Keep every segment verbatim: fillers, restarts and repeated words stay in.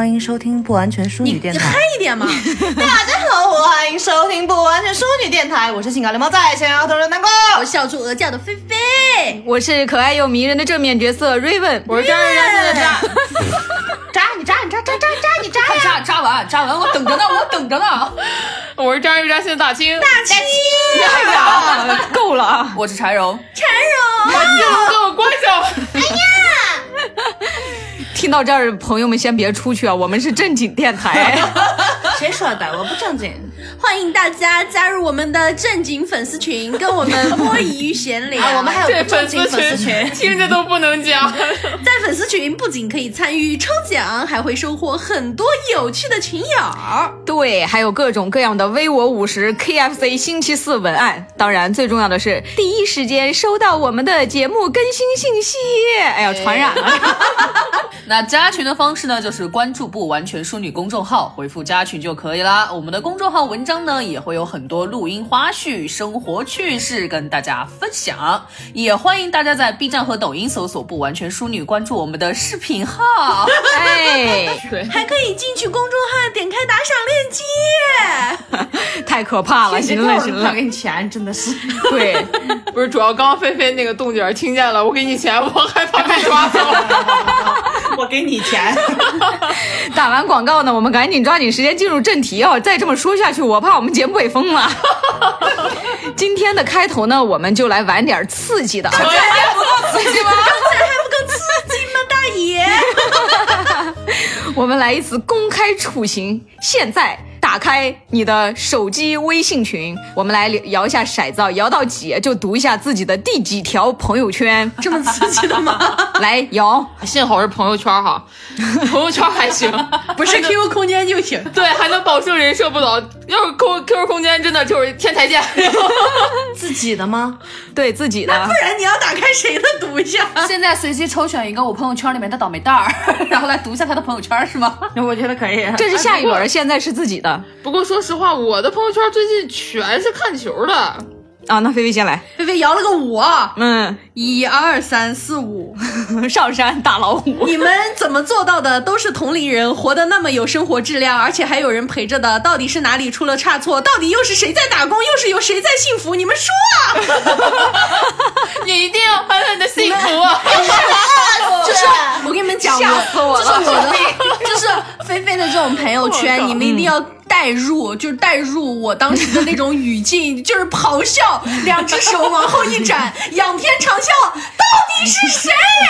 欢迎收听不完全淑女电台。 你嗨一点嘛！ 大家好，欢迎收听不完全淑女电台，我是性感流氓仔，想要同人南瓜， 我是笑出鹅叫的菲菲， 我是可爱又迷人的正面角色 Raven， 我是渣人渣的渣。 渣你渣你渣渣渣渣你渣呀！ 渣渣完渣完，我等着呢，我等着呢。 我是渣人渣心的大清， 大清呀，够了啊！ 我是柴荣， 柴荣， 把镜头给我关上。 哎呀！ 听到这儿，朋友们先别出去啊，我们是正经电台。 谁说的？我不正经。 欢迎大家加入我们的正经粉丝群，跟我们摸鱼闲聊。 啊，我们还有这不正经粉丝群， 听着都不能讲。 在粉丝群不仅可以参与抽奖，还会收获很多有趣的群友。 对，还有各种各样的微我五十 K F C 星期四文案。当然，最重要的是第一时间收到我们的节目更新信息。哎呀，传染了。 那加群的方式呢，就是关注不完全淑女公众号，回复加群就可以啦。我们的公众号文章呢，也会有很多录音花絮、生活趣事跟大家分享。也欢迎大家在 B 站和抖音搜索不完全淑女，关注我们的视频号。 哎， 还可以进去公众号点开打赏链接。 太可怕了！行了行了， 给你钱真的是。 对， 不是，主要刚刚菲菲那个动静听见了，我给你钱，我害怕被抓走。 我给你钱。 打完广告呢，我们赶紧抓紧时间进入正题啊！再这么说下去，我怕我们节目被封了。今天的开头呢，我们就来玩点刺激的。 刚才还不够刺激吗？刚才还不够刺激吗，大爷？ 我们来一次公开处刑，现在打开你的手机微信群，我们来摇一下骰子，摇到几就读一下自己的第几条朋友圈。 这么刺激的吗？ 来摇， 幸好是朋友圈哈，朋友圈还行， 不是 Q Q 空间就行。 对，还能保证人设不倒。要是 Q Q 空间，真的就是天台见。 自己的吗？ 对自己的。 不然你要打开谁的读一下？ 现在随机抽选一个我朋友圈里面的倒霉蛋儿，然后来读一下他的朋友圈，是吗？ 我觉得可以。 这是下一轮，现在是自己的。 不过说实话，我的朋友圈最近全是看球的。 啊，那菲菲先来。 菲菲摇了个五， 嗯， 一二三四五， 上山打老虎。 你们怎么做到的？都是同龄人，活得那么有生活质量，而且还有人陪着的，到底是哪里出了差错？到底又是谁在打工？又是有谁在幸福？你们说啊！ 你一定要狠狠的幸福啊！ 就是我跟你们讲， 吓死我了！ 就是我的，就是菲菲的这种朋友圈，你们一定要带入，就是带入我当时的那种语境，就是咆哮，两只手往后一展，仰天长啸，到底是谁？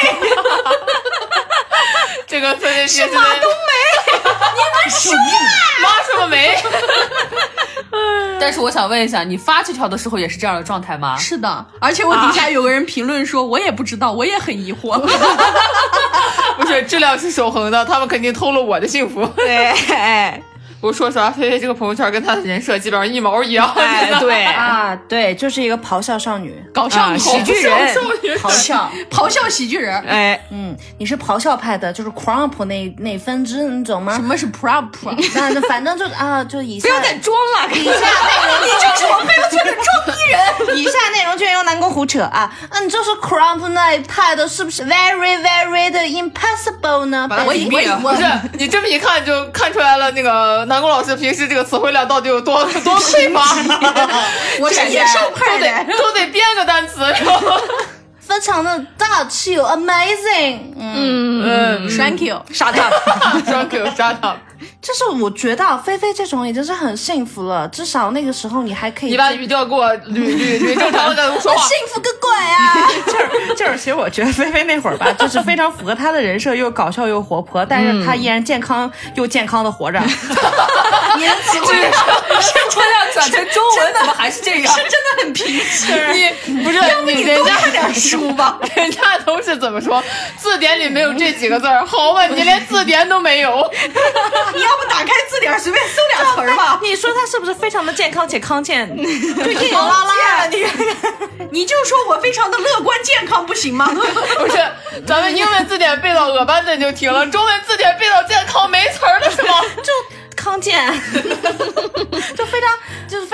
这个分析是马冬梅， 你们说妈什么梅？ 但是我想问一下，你发这条的时候也是这样的状态吗？ 是的，而且我底下有个人评论说，我也不知道，我也很疑惑。 不是，质量是守恒的，他们肯定偷了我的幸福。 对。 不过说实话，菲菲这个朋友圈跟她的人设基本上一毛一样。 哎，对啊，对，就是一个咆哮少女， 搞笑女、 啊、喜剧人， 咆哮， 咆哮喜剧人。 哎， 嗯，你是咆哮派的，就是 crump 那那分支，你懂吗？ 什么是 prop？ 那反正就啊，就以下不要再装了， 以下内容你就是我朋友圈的装逼人。 以下内容全由南宫胡扯啊，嗯，就是 crump 那一派的，是不是 very very 的 impossible 呢？ 把它屏蔽了。不是，你这么一看就看出来了，那个南宫老师平时这个词汇量到底有多多匮乏。 我是野兽派的， 都得编个单词，是吧？ 非常的大气 ，amazing， 嗯嗯 ，thank you，shut up，thank you，shut up。 就是我觉得菲菲这种已经是很幸福了，至少那个时候你还可以。 你把语调给我捋捋捋正常的跟我说话。 幸福个鬼啊！ 就是就是，其实我觉得菲菲那会儿吧，就是非常符合她的人设，又搞笑又活泼，但是她依然健康又健康的活着。 你的词汇量， 这样转成中文怎么还是这样？ 是真的很平实。 你不是要不你多看点书吧？ 人家都是怎么说？字典里没有这几个字儿，好吧，你连字典都没有。 你要不打开字典随便搜俩词儿吧？ 你说他是不是非常的健康且康健？ 就硬拉拉的，你你就说我非常的乐观健康不行吗？ 不是，咱们英文字典背到恶班的就停了，中文字典背到健康没词儿了是吗？ 就康健，就非常就是非常圆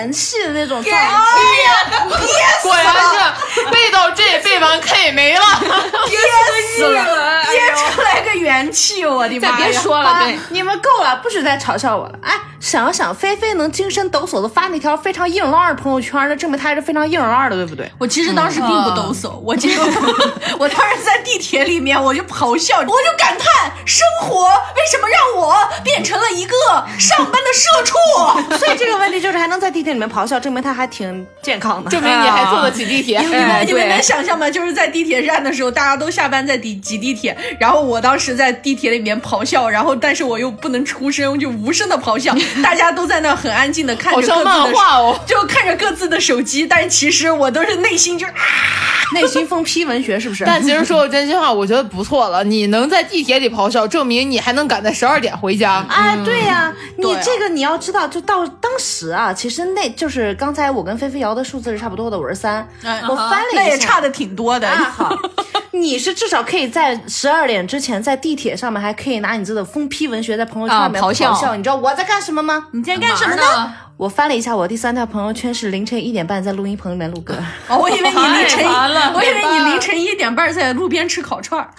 元气的那种状态。 果然是背到这背完 K 没了， 憋死了，憋出来个元气，我的妈呀！ 再别说了， 啊对， 你们够了，不许再嘲笑我了。哎，想一想，菲菲能精神抖擞的发那条非常硬朗的朋友圈，那证明她还是非常硬朗的，对不对？ 我其实当时并不抖擞，我记得我当时在地铁里面，我就咆哮，我就感叹生活为什么让我变成了一个上班的社畜。 所以这个问题就是还能在地铁里面咆哮，证明她还挺健康的。 证明你还坐得起地铁。 你们哎对你们能想象吗？就是在地铁站的时候，大家都下班在挤挤地铁，然后我当时在地铁里面咆哮，然后但是我又不能出声，就无声的咆哮，大家都在那很安静的看着各自的好像漫画哦， 就看着各自的手机，但是其实我都是内心就是啊， 内心疯批文学是不是？ 但其实说个真心话，我觉得不错了。你能在地铁里咆哮，证明你还能赶在十二点回家。 哎，对呀、你对啊这个你要知道，就到当时啊，其实那就是刚才我跟菲菲瑶的数字是差不多的，我是三，我翻了一下， 那也差的挺多的。 啊好，你是至少可以在十二点之前在地铁上面还可以拿你自己的疯批文学在朋友圈里面啊咆哮咆哮。你知道我在干什么吗？ 你在干什么呢？ 呢？ 我翻了一下，我第三条朋友圈是凌晨一点半在录音棚里面录歌。 哦，我以为你凌晨太烦了， 我以为你凌晨一点半在路边吃烤串儿。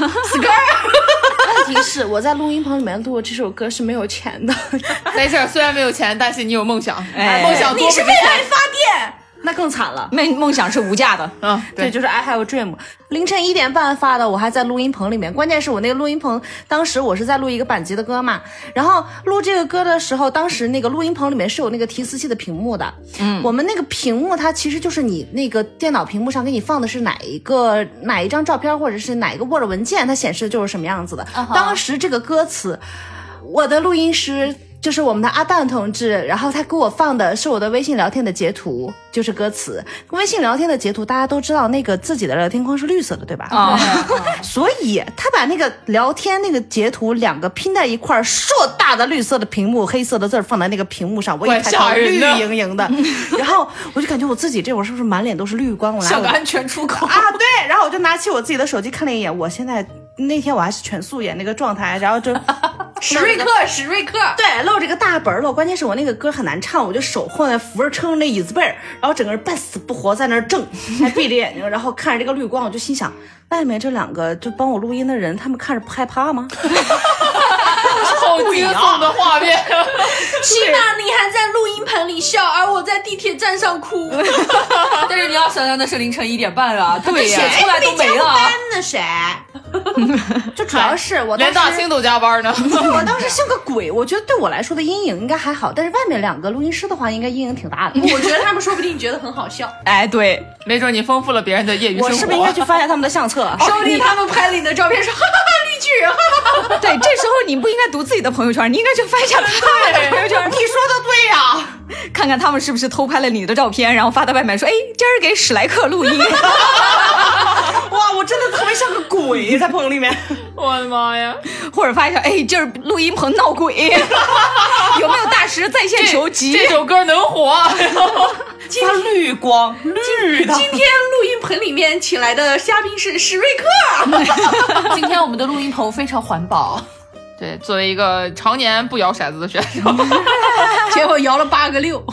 问题是我在录音棚里面录这首歌是没有钱的， 没事，虽然没有钱，但是你有梦想， 哎梦想多你是不值钱。 为爱发电。 那更惨了。 梦梦想是无价的。 嗯， 对，就是 I have a dream。凌晨一点半发的，我还在录音棚里面。关键是我那个录音棚，当时我是在录一个板级的歌嘛。然后录这个歌的时候，当时那个录音棚里面是有那个提词器的屏幕的。嗯，我们那个屏幕它其实就是你那个电脑屏幕上给你放的是哪一个哪一张照片，或者是哪一个 Word 文件，它显示的就是什么样子的。Uh-huh. 当时这个歌词，我的录音师。就是我们的阿蛋同志，然后他给我放的是我的微信聊天的截图，就是歌词。微信聊天的截图，大家都知道那个自己的聊天框是绿色的，对吧？ 啊、 所以他把那个聊天那个截图两个拼在一块儿，硕大的绿色的屏幕，黑色的字放在那个屏幕上，我一抬头绿莹莹的，然后我就感觉我自己这会儿是不是满脸都是绿光？我拿像个安全出口啊，对，然后我就拿起我自己的手机看了一眼，我现在那天我还是全素颜那个状态，然后就。 史瑞克，史瑞克， 对，露这个大本了。关键是我那个歌很难唱，我就手晃在扶着撑着那椅子背儿，然后整个人半死不活在那儿正，还闭着眼睛，然后看着这个绿光，我就心想，外面这两个就帮我录音的人，他们看着不害怕吗？ 好惊悚的画面。 起码你还在录音棚里笑，而我在地铁站上哭。 但是你要想想，那是凌晨一点半啊，他们对呀写出来都没了。 那谁？就主要是我连大清都加班呢。 我当时像个鬼，我觉得对我来说的阴影应该还好，但是外面两个录音师的话，应该阴影挺大的。 我觉得他们说不定觉得很好笑， 哎，对， 没准你丰富了别人的业余生活。 我是不是应该去翻一下他们的相册？ 说不定他们拍了你的照片说，哈哈哈，绿巨人，哈哈哈。 对，这时候你不应该读自己的朋友圈，你应该去翻一下他们的朋友圈。 你说的对呀、 看看他们是不是偷拍了你的照片，然后发到外面说，哎，今儿给史莱克录音。 哇，我真的特别像个鬼在棚里面。 我的妈呀！ 或者发一条，哎，今儿录音棚闹鬼，有没有大师在线求急？ 这首歌能火。 发绿光，绿的。 今天录音棚里面请来的嘉宾是史瑞克。 今天我们的录音棚非常环保。 对，作为一个常年不摇骰子的选手， 结果摇了八个六。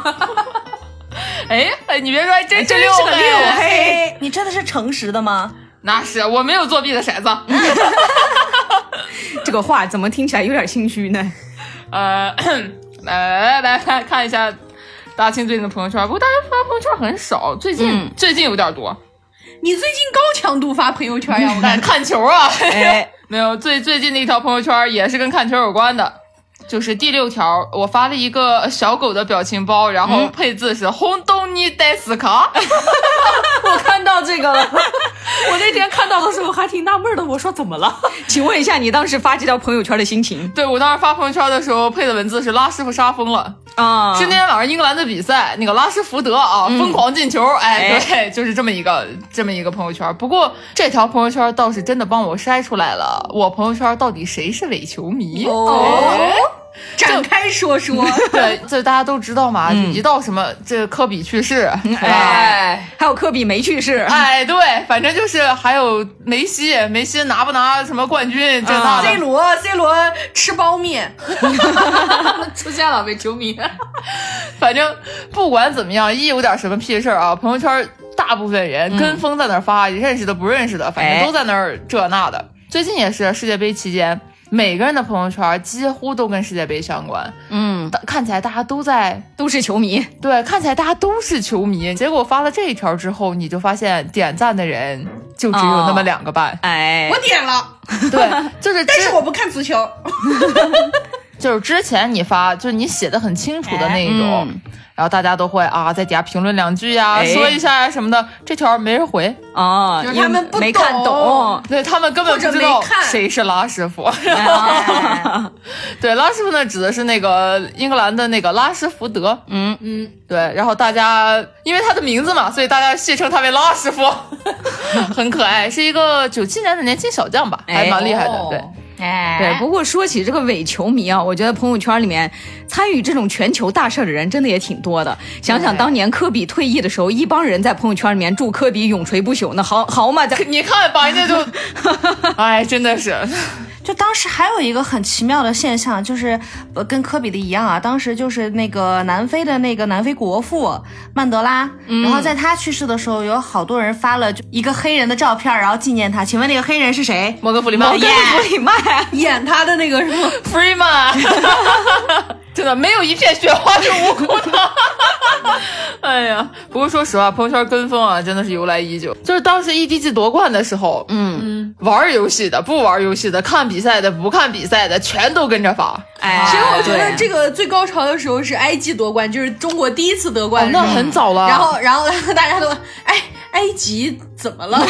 哎哎，你别说，还真真六是个六哎嘿，你真的是诚实的吗？ 那是我没有作弊的骰子。 这个话怎么听起来有点心虚呢？ 呃，来来来来看一下大清最近的朋友圈，不过大家发朋友圈很少，最近、嗯、最近有点多。 你最近高强度发朋友圈呀？我看看球啊， 哎， 没有，最最近的一条朋友圈也是跟看球有关的。就是第六条，我发了一个小狗的表情包，然后配字是红豆泥带斯卡。 我看到这个了，我那天看到的时候还挺纳闷的，我说怎么了？ 请问一下，你当时发这条朋友圈的心情？ 对，我当时发朋友圈的时候配的文字是拉师傅杀疯了啊！ 是那天晚上英格兰的比赛，那个拉什福德啊、嗯、疯狂进球，哎，对，哎、就是这么一个这么一个朋友圈。不过这条朋友圈倒是真的帮我筛出来了，我朋友圈到底谁是伪球迷？ 哦。 这展开说说。 对，这大家都知道嘛， 嗯一到什么这科比去世， 哎，还有科比没去世， 哎，对，反正就是还有梅西，梅西拿不拿什么冠军，这那的。 C 罗 C 罗吃包面， 出现了伪球迷。 反正不管怎么样，一有点什么屁事儿啊，朋友圈大部分人跟风在那儿发，认识的不认识的，反正都在那儿这那的。最近也是世界杯期间，每个人的朋友圈几乎都跟世界杯相关。 嗯， 看起来大家都在， 都是球迷， 对，看起来大家都是球迷。结果发了这一条之后，你就发现点赞的人就只有那么两个半。 哎， 我点了， 对，就是但是我不看足球。 就是之前你发，就是你写的很清楚的那一种， 嗯然后大家都会啊在底下评论两句呀、 哎说一下呀、什么的。这条没人回， 哦， 就是他们不懂没看懂， 对他们根本不知或者道没看谁是拉师傅。 哎对，拉师傅呢指的是那个英格兰的那个拉什福德。 嗯嗯， 对，然后大家因为他的名字嘛，所以大家戏称他为拉师傅，很可爱，是一个九七年的年轻小将吧，还蛮厉害的。 哦对。 哎， 对，不过说起这个伪球迷啊，我觉得朋友圈里面参与这种全球大事的人真的也挺多的。想想当年科比退役的时候，一帮人在朋友圈里面祝科比永垂不朽，那好好嘛，这你看，把人家就，哎，真的是， 就当时还有一个很奇妙的现象，就是呃跟科比的一样啊，当时就是那个南非的那个南非国父曼德拉，然后在他去世的时候，有好多人发了就一个黑人的照片，然后纪念他。请问那个黑人是谁？ 摩根弗里曼， 摩根弗里曼演他的那个什么 Freeman， 真的没有一片雪花是无辜的。哎呀，不过说实话，朋友圈跟风啊，真的是由来已久。就是当时 E D G 夺冠的时候，嗯嗯，玩游戏的、不玩游戏的、看比赛的、不看比赛的，全都跟着发。 哎， 其实我觉得对这个最高潮的时候是埃及夺冠，就是中国第一次得冠哦， 的时候， 那很早了。 然后，然后大家都，哎，埃及怎么了？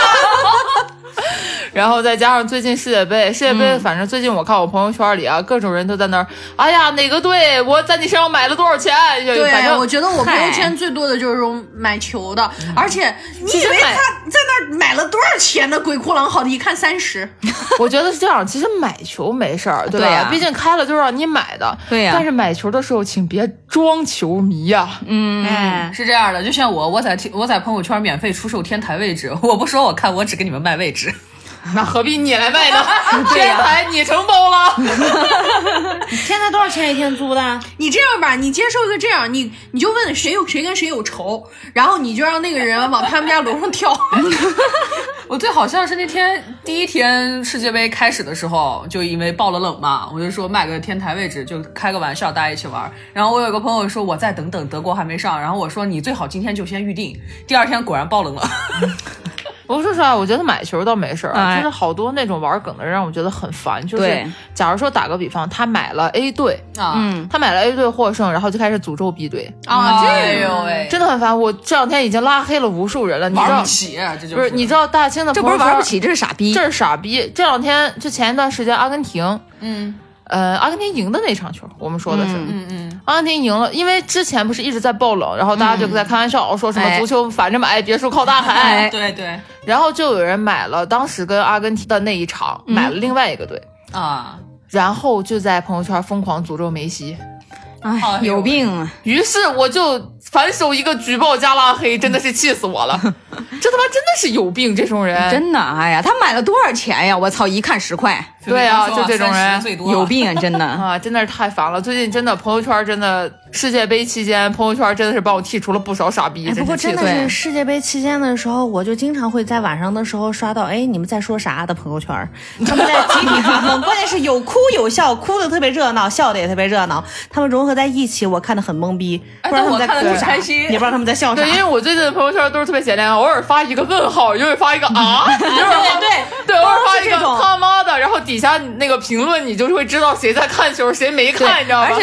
然后再加上最近世界杯，世界杯，反正最近我看我朋友圈里啊，各种人都在那儿，哎呀，哪个队我在你身上买了多少钱？ 对， 反正我觉得我朋友圈最多的就是这种买球的，而且你以为他在那儿买了多少钱呢？鬼哭狼嚎的，一看三十。 我觉得是这样，其实买球没事儿，对吧？ 对呀毕竟开了就是让你买的。 对呀但是买球的时候，请别装球迷呀、 嗯， 哎， 是这样的，就像我，我在我在朋友圈免费出售天台位置，我不说我看，我只给你们卖位置。 那何必你来卖呢？天台你承包了。 天台多少钱一天租的？ 你这样吧，你接受一个这样，你你就问谁有谁跟谁有仇，然后你就让那个人往他们家楼上跳。 我最好笑是那天第一天世界杯开始的时候，就因为爆了冷嘛，我就说卖个天台位置，就开个玩笑，大家一起玩。然后我有个朋友说我再等等，德国还没上，然后我说你最好今天就先预定。第二天果然爆冷了。 我说实话，我觉得买球倒没事儿， 哎就是好多那种玩梗的人让我觉得很烦。就是对假如说打个比方，他买了 A 队， 啊， 嗯， 他买了 A 队获胜，然后就开始诅咒 B 队， 啊，这哎个呦喂， 真的很烦。我这两天已经拉黑了无数人了，你知道玩不？起，这就不是，你知道大清的这朋友圈不是玩不起，这是傻逼。 这是傻逼。这两天就前一段时间，阿根廷， 嗯呃，阿根廷赢的那场球，我们说的是， 嗯嗯， 阿根廷赢了，因为之前不是一直在爆冷，然后大家就在开玩笑、说什么哎足球反正买别墅靠大海， 哎对对然后就有人买了当时跟阿根廷的那一场，买了另外一个队， 啊， 然后就在朋友圈疯狂诅咒梅西。 哎哎，呦有病！ 于是我就反手一个举报加拉黑，真的是气死我了！这他妈真的是有病，这种人真的，哎呀，他买了多少钱呀？我操，一看十块， 对啊菲菲刚说就这种人三十最多有病，真的。 啊，真的是太烦了。最近真的朋友圈真的世界杯期间，朋友圈真的是帮我剔除了不少傻逼。 哎，不过是气死我真的是世界杯期间的时候，我就经常会在晚上的时候刷到，哎，你们在说啥的朋友圈儿，他们在集体发疯，关键是有哭有笑，哭的特别热闹，笑的也特别热闹，他们融合在一起，我看的很懵逼，不知道他们在但我看得哭啥， 很开心也不知道他们在笑啥对，。因为我最近的朋友圈都是特别简练，偶尔发一个问号，偶尔发一个啊，偶尔发对对，偶尔发一个都是这种他妈的，然后底下那个评论你就会知道谁在看球，谁没看，你知道吗？ 而且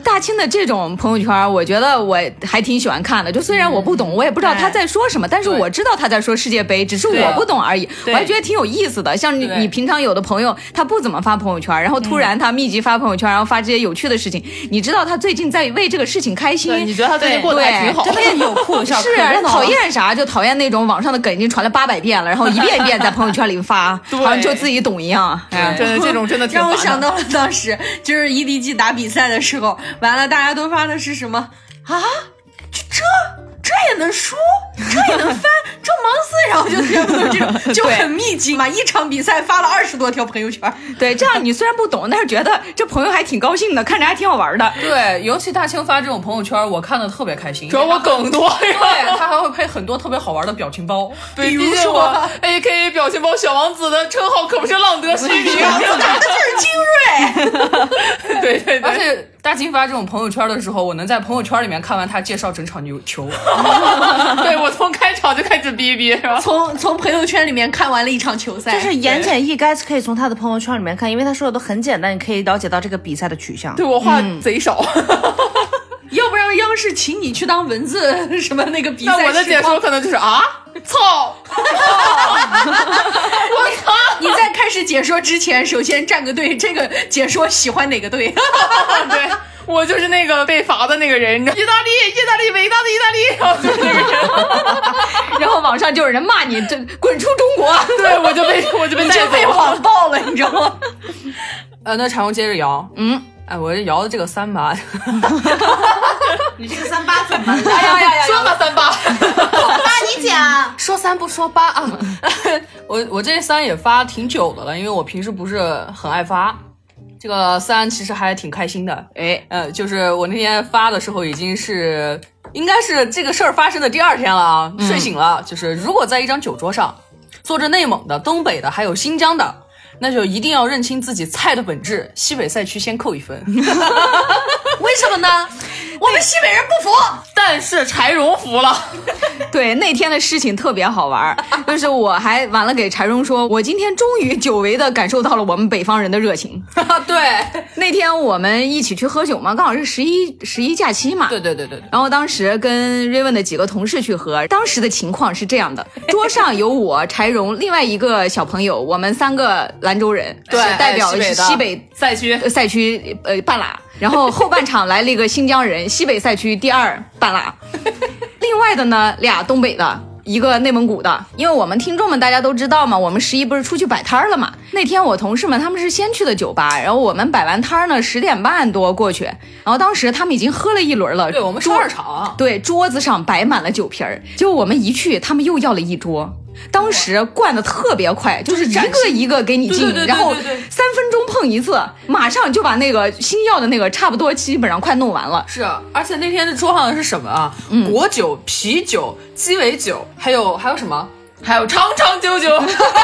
大清的这种朋友圈，我觉得我还挺喜欢看的。就虽然我不懂，我也不知道他在说什么，但是我知道他在说世界杯，只是我不懂而已。我还觉得挺有意思的。像你你平常有的朋友，他不怎么发朋友圈，然后突然他密集发朋友圈，然后发这些有趣的事情，你知道他最近在为这个事情开心， 你觉得他最近过得还挺好， 真的是有酷有笑。 是讨厌啥就讨厌那种网上的梗已经传了八百遍了，然后一遍一遍在朋友圈里发，好像就自己懂一样。 哎，真的这种真的挺让我想到了当时就是 E D G 打比赛的时候，完了大家都发的是什么啊？这这也能输，这也能翻，这忙死！然后就全部都这种，就很密集嘛。一场比赛发了二十多条朋友圈。 对，这样你虽然不懂，但是觉得这朋友还挺高兴的，看着还挺好玩的。 对，尤其大清发这种朋友圈，我看的特别开心。 主要我梗多， 对，他还会配很多特别好玩的表情包。 对，比如说 A K A 表情包小王子的称号可不是浪得虚名， 打的就是精锐。 对对对， 而且大清发这种朋友圈的时候，我能在朋友圈里面看完他介绍整场球。 对，我从开场就开始逼逼，是吧？ 从从朋友圈里面看完了一场球赛， 就是言简意赅，可以从他的朋友圈里面看，因为他说的都很简单，你可以了解到这个比赛的取向。 对，我话贼少。 要不然央视请你去当文字什么那个比赛， 那我的解说可能就是啊，操！ 我操！你在开始解说之前，首先站个队，这个解说喜欢哪个队？ 对，我就是那个被罚的那个人，你知道，意大利，意大利，伟大的意大利，然后就是那个人， 然后网上就有人骂你，这滚出中国！ 对，我就被我就被你就被网爆了，你知道吗？ 呃，那彩虹接着摇， 嗯。 哎，我摇的这个三八， 你这个三八怎么了？ 哎呀呀呀！说吧三八， 八你讲， 说三不说八啊！我我这三也发挺久的了，因为我平时不是很爱发。这个三其实还挺开心的， 哎， 呃，就是我那天发的时候已经是应该是这个事儿发生的第二天了啊，嗯、睡醒了，就是如果在一张酒桌上坐着内蒙的、东北的，还有新疆的。那就一定要认清自己菜的本质，西北赛区先扣一分。 为什么呢？我们西北人不服， 但是柴荣服了。 对，那天的事情特别好玩，就是我还完了给柴荣说，我今天终于久违的感受到了我们北方人的热情。 对， 那天我们一起去喝酒嘛，刚好是十一十一假期嘛。 对对对对。 然后当时跟瑞文的几个同事去喝，当时的情况是这样的：桌上有我、柴荣，另外一个小朋友，我们三个兰州人， 对， 代表西北西北赛区赛区呃半拉。然后后半场来了一个新疆人，西北赛区第二半拉。另外的呢，俩东北的，一个内蒙古的。因为我们听众们大家都知道嘛，我们十一不是出去摆摊了嘛。那天我同事们他们是先去的酒吧，然后我们摆完摊呢，十点半多过去，然后当时他们已经喝了一轮了。 对，我们是二场。 对，桌子上摆满了酒瓶儿，结果我们一去，他们又要了一桌。当时灌的特别快，就是一个一个给你敬，然后三分钟碰一次，马上就把那个新要的那个差不多基本上快弄完了。 是啊，而且那天的桌上的是什么啊？嗯、果酒、啤酒、鸡尾酒，还有还有什么？ 还有长长久久。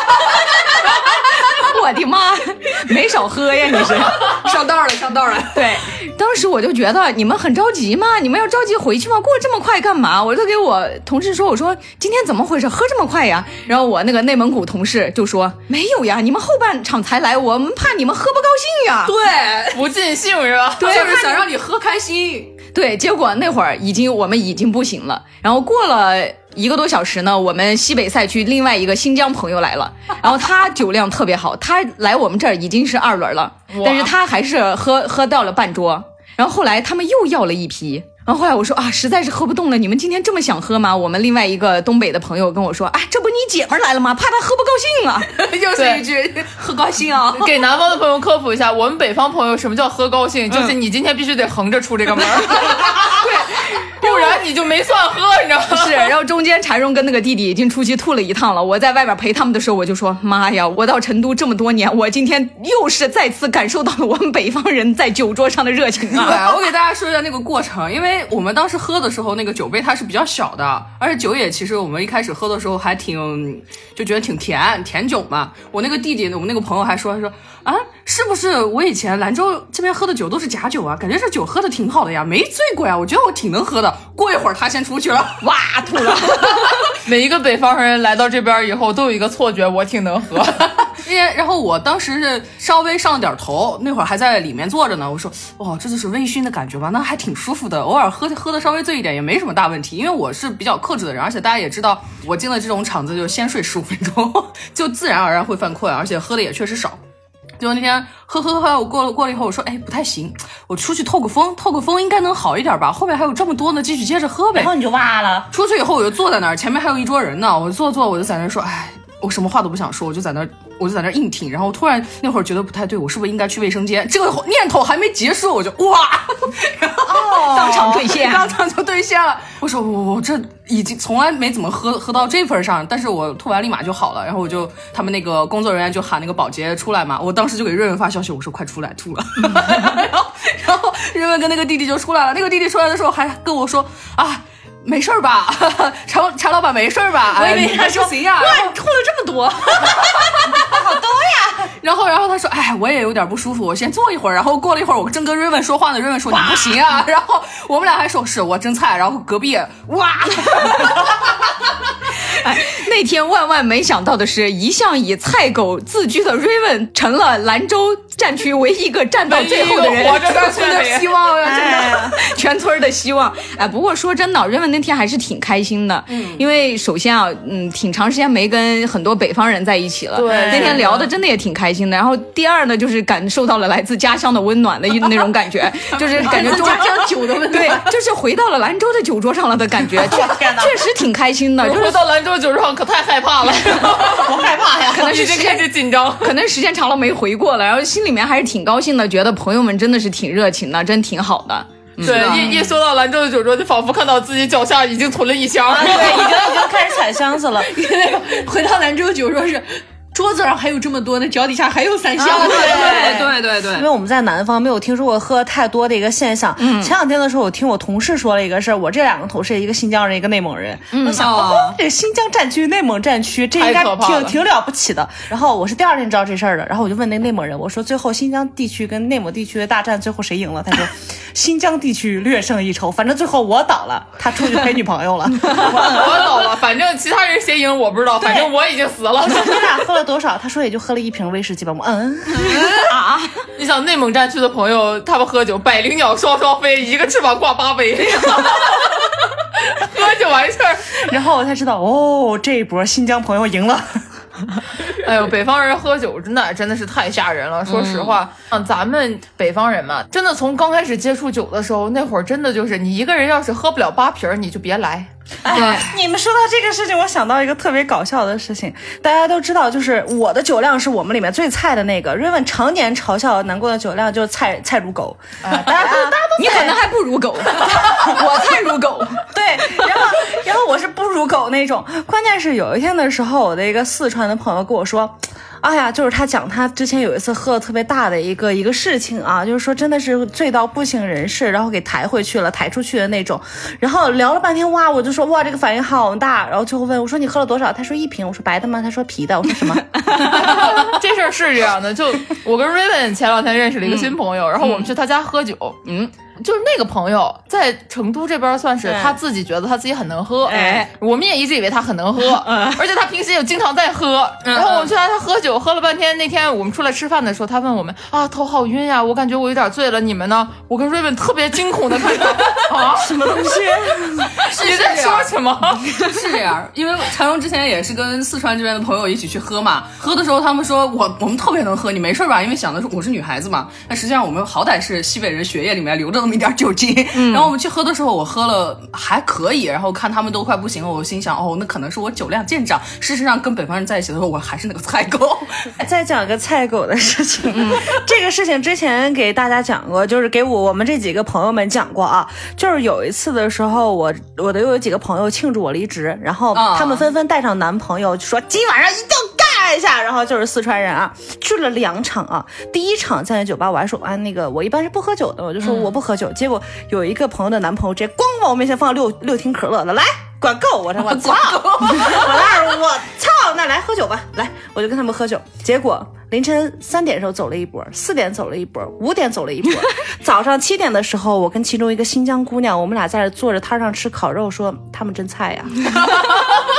我的妈，没少喝呀！你是上道了，上道了。 对，当时我就觉得你们很着急吗？你们要着急回去吗？过这么快干嘛？我就给我同事说，我说今天怎么回事？喝这么快呀？然后我那个内蒙古同事就说没有呀，你们后半场才来，我们怕你们喝不高兴呀。 对， 不尽兴是吧？ 对，就是想让你喝开心。 对，结果那会儿已经我们已经不行了，然后过了一个多小时呢，我们西北赛区另外一个新疆朋友来了，然后他酒量特别好，他来我们这儿已经是二轮了，但是他还是喝喝到了半桌，然后后来他们又要了一批。然后后来我说啊，实在是喝不动了，你们今天这么想喝吗？我们另外一个东北的朋友跟我说，啊，这不你姐们来了吗？怕她喝不高兴啊。 又是一句喝高兴啊。 给南方的朋友科普一下，我们北方朋友什么叫喝高兴，就是你今天必须得横着出这个门。对，不然你就没算喝，你知道吗？ 是，然后中间柴荣跟那个弟弟已经出去吐了一趟了，我在外边陪他们的时候，我就说妈呀，我到成都这么多年，我今天又是再次感受到了我们北方人在酒桌上的热情啊。 对，我给大家说一下那个过程，因为我们当时喝的时候，那个酒杯它是比较小的，而且酒也其实我们一开始喝的时候还挺就觉得挺甜，甜酒嘛。我那个弟弟，我们那个朋友还说，他说啊，是不是我以前兰州这边喝的酒都是假酒啊？感觉这酒喝的挺好的呀，没醉过呀，我觉得我挺能喝的。过一会儿他先出去了， 哇，吐了。 每一个北方人来到这边以后都有一个错觉，我挺能喝。 因前，然后我当时是稍微上了点头，那会儿还在里面坐着呢。我说，哇，这就是微醺的感觉吧？那还挺舒服的。偶尔喝喝的稍微醉一点也没什么大问题，因为我是比较克制的人，而且大家也知道，我进了这种场子就先睡十五分钟，就自然而然会犯困，而且喝的也确实少。结果那天喝喝喝，我过了过了以后，我说，哎，不太行，我出去透个风，透个风应该能好一点吧。后面还有这么多呢，继续接着喝呗。 然后你就哇了。 出去以后我就坐在那儿，前面还有一桌人呢，我坐坐我就在那儿说，哎。我什么话都不想说，我就在那我就在那硬挺，然后突然那会儿觉得不太对，我是不是应该去卫生间？这个念头还没结束，我就哇，然后、 哦、当场兑现， 当场就兑现了。我说我我这已经从来没怎么喝喝到这份上，但是我吐完立马就好了。然后我就他们那个工作人员就喊那个保洁出来嘛，我当时就给瑞文发消息，我说快出来吐了。然后然后瑞文跟那个弟弟就出来了，那个弟弟出来的时候还跟我说啊。没事吧，查查老板没事吧？ 我以为他说行呀， 哇，你吐了这么多， 好多呀。 然后，然后他说，哎，我也有点不舒服，我先坐一会儿。然后过了一会儿，我正跟瑞文说话呢，瑞文说你不行啊。然后我们俩还说是我蒸菜，然后隔壁哇。 哎，那天万万没想到的是，一向以菜狗自居的瑞文成了兰州战区唯一一个站到最后的人， 活着全村的希望呀，真的、 哎、全村的希望。哎，不过说真的，瑞文那天还是挺开心的，嗯，因为首先啊，嗯，挺长时间没跟很多北方人在一起了， 对， 那天聊的真的也挺开心的。然后第二呢，就是感受到了来自家乡的温暖的那种感觉，就是感觉家乡酒的温暖， 对，就是回到了兰州的酒桌上了的感觉，确确实挺开心的。就是回到兰州酒桌上可太害怕了， 我害怕呀， 可能是已经开始紧张， 可能时间长了没回过了，然后心里面还是挺高兴的，觉得朋友们真的是挺热情的，真挺好的。 对，一一说到兰州的酒桌，就仿佛看到自己脚下已经囤了一箱， 啊、对，已经已经开始踩箱子了。 回到兰州酒桌是。桌子上还有这么多，那脚底下还有三箱。 啊、 对对对对， 因为我们在南方没有听说过喝太多的一个现象。嗯，前两天的时候，我听我同事说了一个事儿，我这两个同事，一个新疆人，一个内蒙人。嗯、我想，哦，这个新疆战区、内蒙战区，这应该挺挺了不起的。然后我是第二天知道这事儿的，然后我就问那内蒙人，我说最后新疆地区跟内蒙地区的大战，最后谁赢了？他说新疆地区略胜一筹，反正最后我倒了，他出去陪女朋友了。我, 我倒了，反正其他人谁赢我不知道，反正我已经死了。 我说你俩喝了多少？他说也就喝了一瓶威士忌吧。我嗯啊，你想内蒙战区的朋友，他们喝酒百灵鸟双双飞，一个翅膀挂八杯，喝就完事儿。 然后我才知道，哦，这一波新疆朋友赢了。 哎呦，北方人喝酒真的真的是太吓人了。说实话，像、嗯、咱们北方人嘛，真的从刚开始接触酒的时候，那会儿真的就是你一个人要是喝不了八瓶，你就别来。 哎，你们说到这个事情，我想到一个特别搞笑的事情。大家都知道，就是我的酒量是我们里面最菜的那个。瑞文常年嘲笑南宫的酒量就是菜菜如狗，啊、大家都大家都你可能还不如狗，我菜如狗。 对，然后然后我是不如狗那种。关键是有一天的时候，我的一个四川的朋友跟我说。哎呀，就是他讲他之前有一次喝了特别大的一个一个事情啊，就是说真的是醉到不省人事，然后给抬回去了，抬出去的那种。然后聊了半天，哇，我就说哇，这个反应好大。然后最后问我说你喝了多少？他说一瓶。我说白的吗？他说啤的。我说什么？ 这事儿是这样的，就我跟 Raven 前两天认识了一个新朋友，嗯、然后我们去他家喝酒，嗯。就是那个朋友在成都这边算是他自己觉得他自己很能喝，哎，我们也一直以为他很能喝，嗯、而且他平时也经常在喝。嗯、然后我们去他家喝酒，喝了半天。那天我们出来吃饭的时候，他问我们啊，头好晕呀，我感觉我有点醉了，你们呢？我跟 Raven 特别惊恐的看他啊， 什么东西？ 你在说什么？ 是这样，因为常荣之前也是跟四川这边的朋友一起去喝嘛，喝的时候他们说我我们特别能喝，你没事吧？因为想的是我是女孩子嘛，但实际上我们好歹是西北人，血液里面流着那么一点酒精。嗯、然后我们去喝的时候，我喝了还可以，然后看他们都快不行了，我心想哦，那可能是我酒量见长。事实上跟北方人在一起的时候，我还是那个菜狗。 再讲个菜狗的事情，嗯、这个事情之前给大家讲过，就是给我我们这几个朋友们讲过啊。就是有一次的时候，我我的又有几个朋友庆祝我离职，然后他们纷纷带上男朋友，就说今晚上一定要干一下。然后就是四川人啊，去了两场啊。第一场在那酒吧，我还说啊，那个我一般是不喝酒的，我就说我不喝酒。嗯、结果有一个朋友的男朋友直接咣往我面前放六六听可乐的，来管够！我说我操，我那儿我操，那来喝酒吧，来，我就跟他们喝酒。结果凌晨三点的时候走了一波，四点走了一波，五点走了一波。早上七点的时候，我跟其中一个新疆姑娘，我们俩在这坐着摊上吃烤肉，说他们真菜呀。 这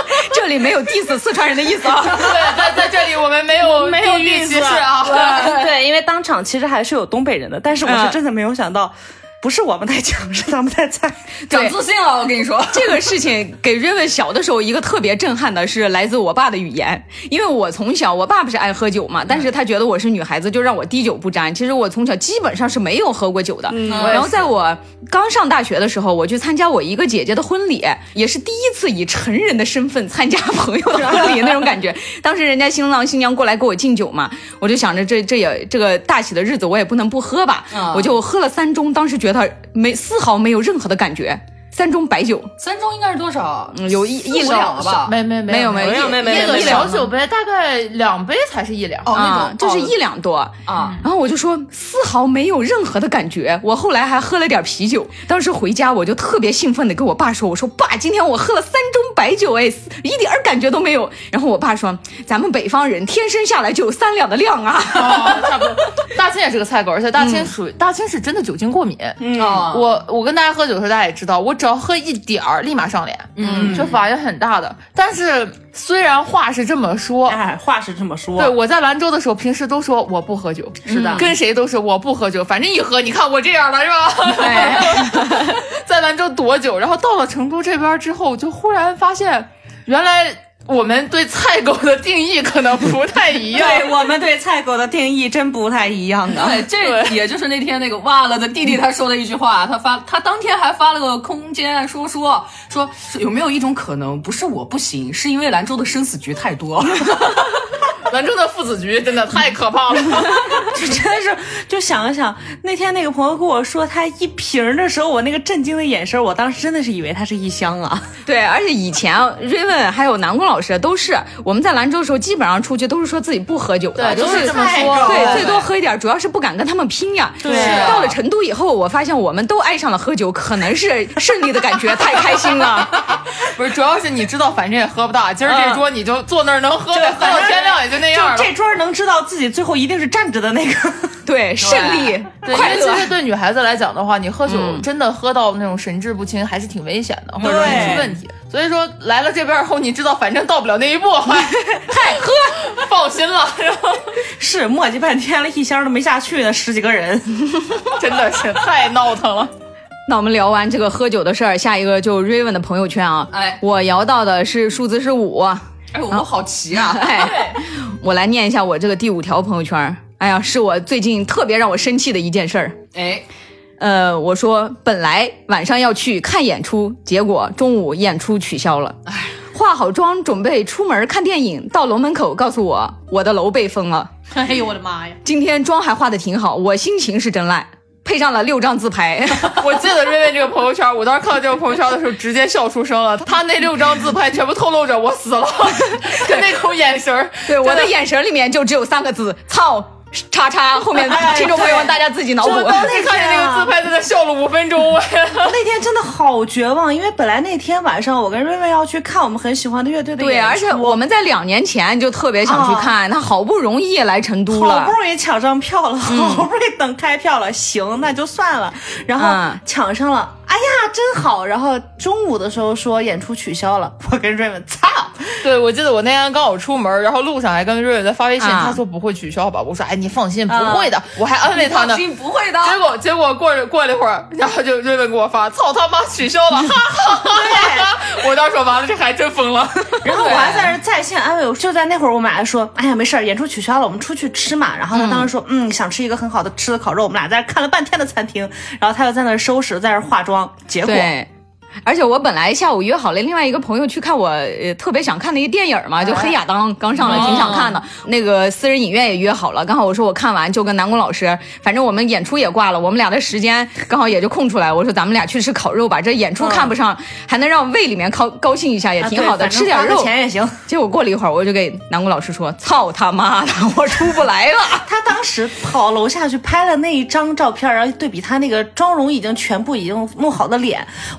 这里没有 diss 四川人的意思啊。 对，在在这里我们没有没有地域意思歧视啊。 对，因为当场其实还是有东北人的，但是我是真的没有想到。不是我们太强，是他们太菜， 长自信了。我跟你说， 这个事情给瑞文小的时候一个特别震撼的是来自我爸的语言，因为我从小我爸不是爱喝酒嘛，但是他觉得我是女孩子，就让我滴酒不沾。其实我从小基本上是没有喝过酒的。嗯、然后在我刚上大学的时候，我去参加我一个姐姐的婚礼，也是第一次以成人的身份参加朋友的婚礼那种感觉。当时人家新郎新娘过来给我敬酒嘛，我就想着这这也这个大喜的日子我也不能不喝吧，嗯、我就喝了三盅，当时觉得没丝毫没有任何的感觉。三盅白酒， 三盅应该是多少？ 嗯，有一一两了吧？ 没没没有没有没没有，一个小酒杯大概两杯才是一两。 哦，那种就是一两多啊。然后我就说丝毫没有任何的感觉。我后来还喝了点啤酒，当时回家我就特别兴奋的跟我爸说，我说爸，今天我喝了三盅白酒，哎，一点感觉都没有。然后我爸说，咱们北方人天生下来就有三两的量啊。 哦，差不多。大清也是个菜狗，而且大清属于、嗯、大清是真的酒精过敏。嗯，我我跟大家喝酒的时候，大家也知道，我只要喝一点儿，立马上脸，嗯，就反应很大的。但是虽然话是这么说， 哎，话是这么说， 对，我在兰州的时候，平时都说我不喝酒， 是的， 跟谁都是我不喝酒，反正一喝，你看我这样了，是吧？对，在兰州多久，然后到了成都这边之后，就忽然发现，原来我们对菜狗的定义可能不太一样。 对，我们对菜狗的定义真不太一样啊。 对，这也就是那天那个忘了的弟弟他说的一句话，他发他当天还发了个空间说说说有没有一种可能，不是我不行，是因为兰州的生死局太多。 兰州的父子局真的太可怕了。 就真的是，就想一想，那天那个朋友跟我说他一瓶的时候，我那个震惊的眼神，我当时真的是以为他是一箱啊。 对，而且以前瑞文还有南宫老师都是我们在兰州的时候，基本上出去都是说自己不喝酒的， 对， 都是这么说， 对，最多喝一点，主要是不敢跟他们拼呀。 对， 到了成都以后，我发现我们都爱上了喝酒，可能是胜利的感觉太开心了。 不是，主要是你知道，反正也喝不大，今儿这桌你就坐那儿能喝呗，喝到天亮也就那样了。 就这桌能知道自己最后一定是站着的那个。 对，胜利对， 快乐。 因为其实对女孩子来讲的话，你喝酒真的喝到那种神志不清，还是挺危险的，会容易出问题。所以说来了这边后，你知道，反正到不了那一步，太喝，放心了。 是磨叽半天了，一箱都没下去呢，十几个人， 真的是太闹腾了。 那我们聊完这个喝酒的事儿，下一个就 Raven 的朋友圈啊。 哎， 我摇到的是数字是五。 哎，我们好齐啊！ 哎，我来念一下我这个第五条朋友圈。哎呀，是我最近特别让我生气的一件事儿。 哎， 呃，我说本来晚上要去看演出，结果中午演出取消了。哎，化好妆准备出门看电影，到楼门口告诉我我的楼被封了。 哎呦我的妈呀！ 今天妆还化得挺好，我心情是真烂。配上了六张自拍。 我记得瑞瑞这个朋友圈，我当时看到这个朋友圈的时候直接笑出声了。他那六张自拍全部透露着我死了的那种眼神。 对，我的眼神里面就只有三个字：操叉叉。后面听众朋友们大家自己脑补。 我当时看见那个自拍在那笑了五分钟。 那天真的好绝望，因为本来那天晚上我跟瑞瑞要去看我们很喜欢的乐队的演出。 对，而且我们在两年前就特别想去看，他、哦、好不容易来成都了， 好不容易抢上票了，好不容易等开票了，嗯、行那就算了，然后抢上了。嗯哎呀，真好！然后中午的时候说演出取消了，我跟瑞文操。 对，我记得我那天刚好出门，然后路上还跟瑞文在发微信，啊、他说不会取消吧？我说哎，你放心，不会的。啊、我还安慰他呢， 放心不会的。 结果结果过过了一会儿，然后就瑞文给我发，操他妈取消了，哈哈哈哈！我当时说完了，这还真疯了。 然后我还在那在线安慰我，就在那会儿我们俩说，哎呀没事儿，演出取消了，我们出去吃嘛。然后他当时说，嗯，嗯想吃一个很好的吃的烤肉，我们俩在那看了半天的餐厅，然后他又在那收拾，在那化妆。结果， 而且我本来下午约好了另外一个朋友去看我呃特别想看的一个电影嘛，就黑亚当刚上了，挺想看的。那个私人影院也约好了，刚好我说我看完就跟南宫老师，反正我们演出也挂了，我们俩的时间刚好也就空出来。我说咱们俩去吃烤肉吧，这演出看不上，嗯、还能让胃里面高高兴一下，也挺好的，啊、吃点肉钱也行。 结果过了一会儿，我就给南宫老师说：“操他妈的，我出不来了。” 他当时跑楼下去拍了那一张照片，然后对比他那个妆容已经全部已经弄好的脸，我当时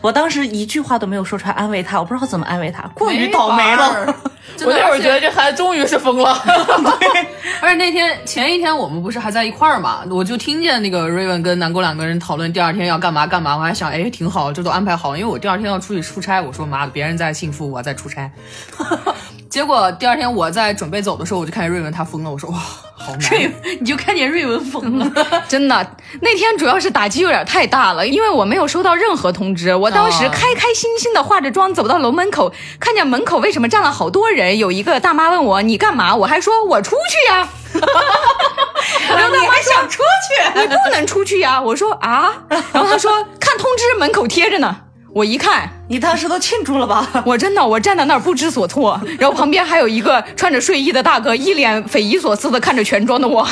是一句话都没有说出来安慰他，我不知道怎么安慰他，过于倒霉了。 我那会儿觉得这孩子终于是疯了。 对，而且那天前一天我们不是还在一块儿嘛，我就听见那个瑞文跟南宫两个人讨论第二天要干嘛干嘛，我还想，哎，挺好，这都安排好了，因为我第二天要出去出差，我说妈的，别人在幸福，我在出差。结果第二天我在准备走的时候，我就看见瑞文他疯了，我说哇，好难。 瑞，你就看见瑞文疯了。 真的，那天主要是打击有点太大了，因为我没有收到任何通知。我当时开开心心的化着妆走到楼门口，看见门口为什么站了好多人，有一个大妈问我你干嘛，我还说我出去呀。然后你还想出去？你不能出去呀。我说啊，然后他说看通知门口贴着呢。我一看， 你当时都庆祝了吧？ 我真的，我站在那儿不知所措，然后旁边还有一个穿着睡衣的大哥，一脸匪夷所思的看着全妆的我。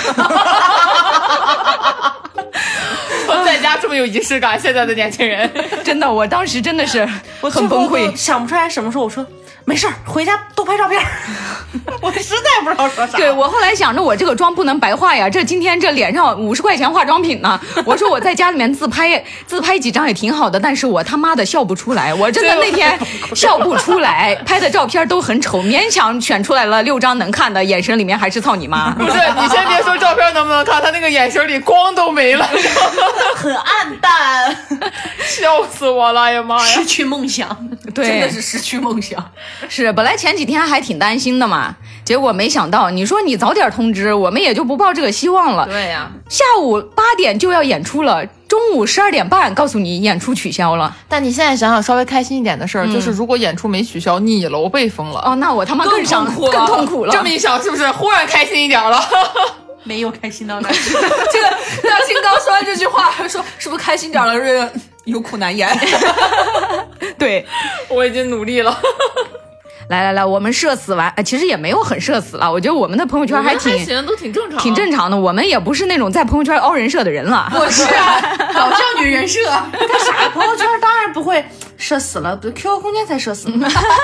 在家这么有仪式感，现在的年轻人真的，我当时真的是很崩溃， 想不出来什么时候我说没事儿，回家多拍照片。我实在不知道说啥。 对，我后来想着我这个妆不能白化呀，这今天这脸上五十块钱化妆品呢，我说我在家里面自拍自拍几张也挺好的，但是我他妈的笑不出来，我真的那天笑不出来，拍的照片都很丑，勉强选出来了六张能看的，眼神里面还是操你妈。 不是，你先别说照片能不能看，他那个眼神里光都没了， 很暗淡， 笑死我了，哎呀妈呀， 失去梦想。 对， 真的是失去梦想。 是，本来前几天还挺担心的嘛，结果没想到，你说你早点通知，我们也就不抱这个希望了。 对呀， 下午八点就要演出了，中午十二点半告诉你演出取消了。 但你现在想想，稍微开心一点的事儿，嗯、就是如果演出没取消，你楼被封了。 哦，那我他妈更伤痛苦了， 更痛苦了。 这么一想，是不是忽然开心一点了？ 没有开心到哪去。 这个大清刚说完这句话，说是不是开心点了？瑞文有苦难言。 对， 我已经努力了。 来来来，我们社死完，呃，其实也没有很社死了。我觉得我们的朋友圈还挺还行，都挺正常， 挺正常的。我们也不是那种在朋友圈凹人设的人了。 我是啊，搞笑女人设。 干啥？朋友圈当然不会社死了 ，Q Q 空间才社死。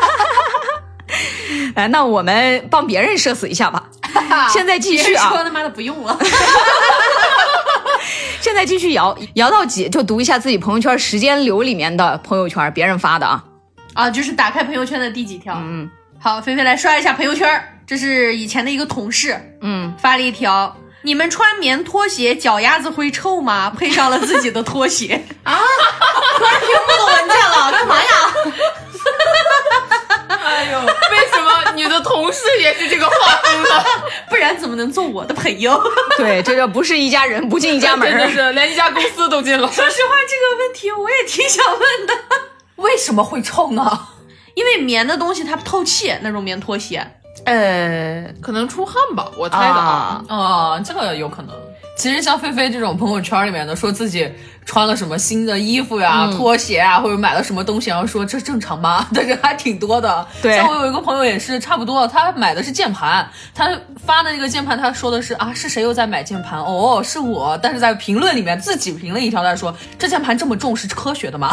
来，那我们帮别人社死一下吧。现在继续啊！ 说他妈的不用了。 现在继续摇，摇到几就读一下自己朋友圈时间流里面的朋友圈，别人发的啊。 啊，就是打开朋友圈的第几条。嗯，好，菲菲来刷一下朋友圈，这是以前的一个同事，嗯，发了一条：你们穿棉拖鞋脚丫子会臭吗？配上了自己的拖鞋啊，突然屏幕都闻见了，干嘛呀？ 哎呦，为什么你的同事也是这个画风呢？ 不然怎么能做我的朋友？ 对，这就不是一家人不进一家门， 真的是连一家公司都进了。 说实话，这个问题我也挺想问的。 为什么会臭呢？ 因为棉的东西它不透气，那种棉拖鞋， 呃， 可能出汗吧，我猜的啊。 啊、呃，这个有可能。其实像菲菲这种朋友圈里面的，说自己穿了什么新的衣服呀、嗯、拖鞋啊，或者买了什么东西，然后说这正常吗？的人还挺多的。 对， 像我有一个朋友也是差不多，他买的是键盘，他发的那个键盘，他说的是啊，是谁又在买键盘？哦，是我。但是在评论里面自己评了一条，他说这键盘这么重是科学的吗？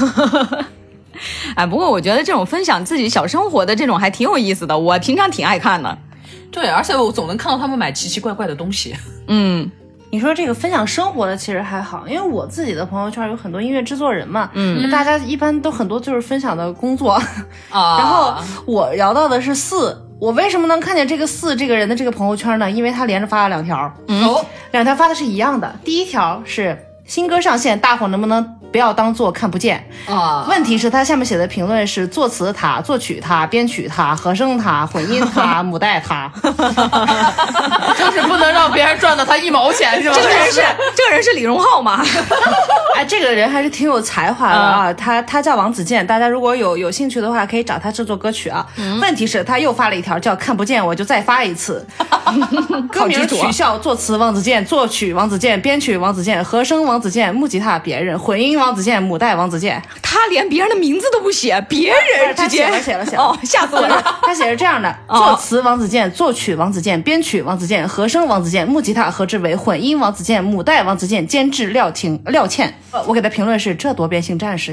哎，不过我觉得这种分享自己小生活的这种还挺有意思的，我平常挺爱看的。 对，而且我总能看到他们买奇奇怪怪的东西。 嗯。 你说这个分享生活的其实还好，因为我自己的朋友圈有很多音乐制作人嘛，嗯，大家一般都很多就是分享的工作，啊，然后我聊到的是四，我为什么能看见这个四这个人的这个朋友圈呢？因为他连着发了两条， 嗯， 哦，两条发的是一样的，第一条是新歌上线，大伙能不能不要当做看不见啊？ 问题是他下面写的评论是作词他、作曲他、编曲他、和声他、混音他、母带他， 就是不能让别人赚到他一毛钱，是吧？ 这个人是这个人是李荣浩吗？ 哎，这个人还是挺有才华的啊！嗯、他他叫王子健，大家如果有有兴趣的话，可以找他制作歌曲啊。嗯、问题是，他又发了一条叫“看不见”，我就再发一次。歌名取笑，作词王子健，作曲王子健，编曲王子健，和声王子健，木吉他别人，混音王子健，母带王子健。 他连别人的名字都不写，别人直接写了写了写了。 哦，吓死我了！ 他写是这样的：作词王子健，作曲王子健，编曲王子健，和声王子健，木吉他何志伟，混音王子健，母带王子健，监制廖婷廖倩。我给他评论是：这多变性战士呀！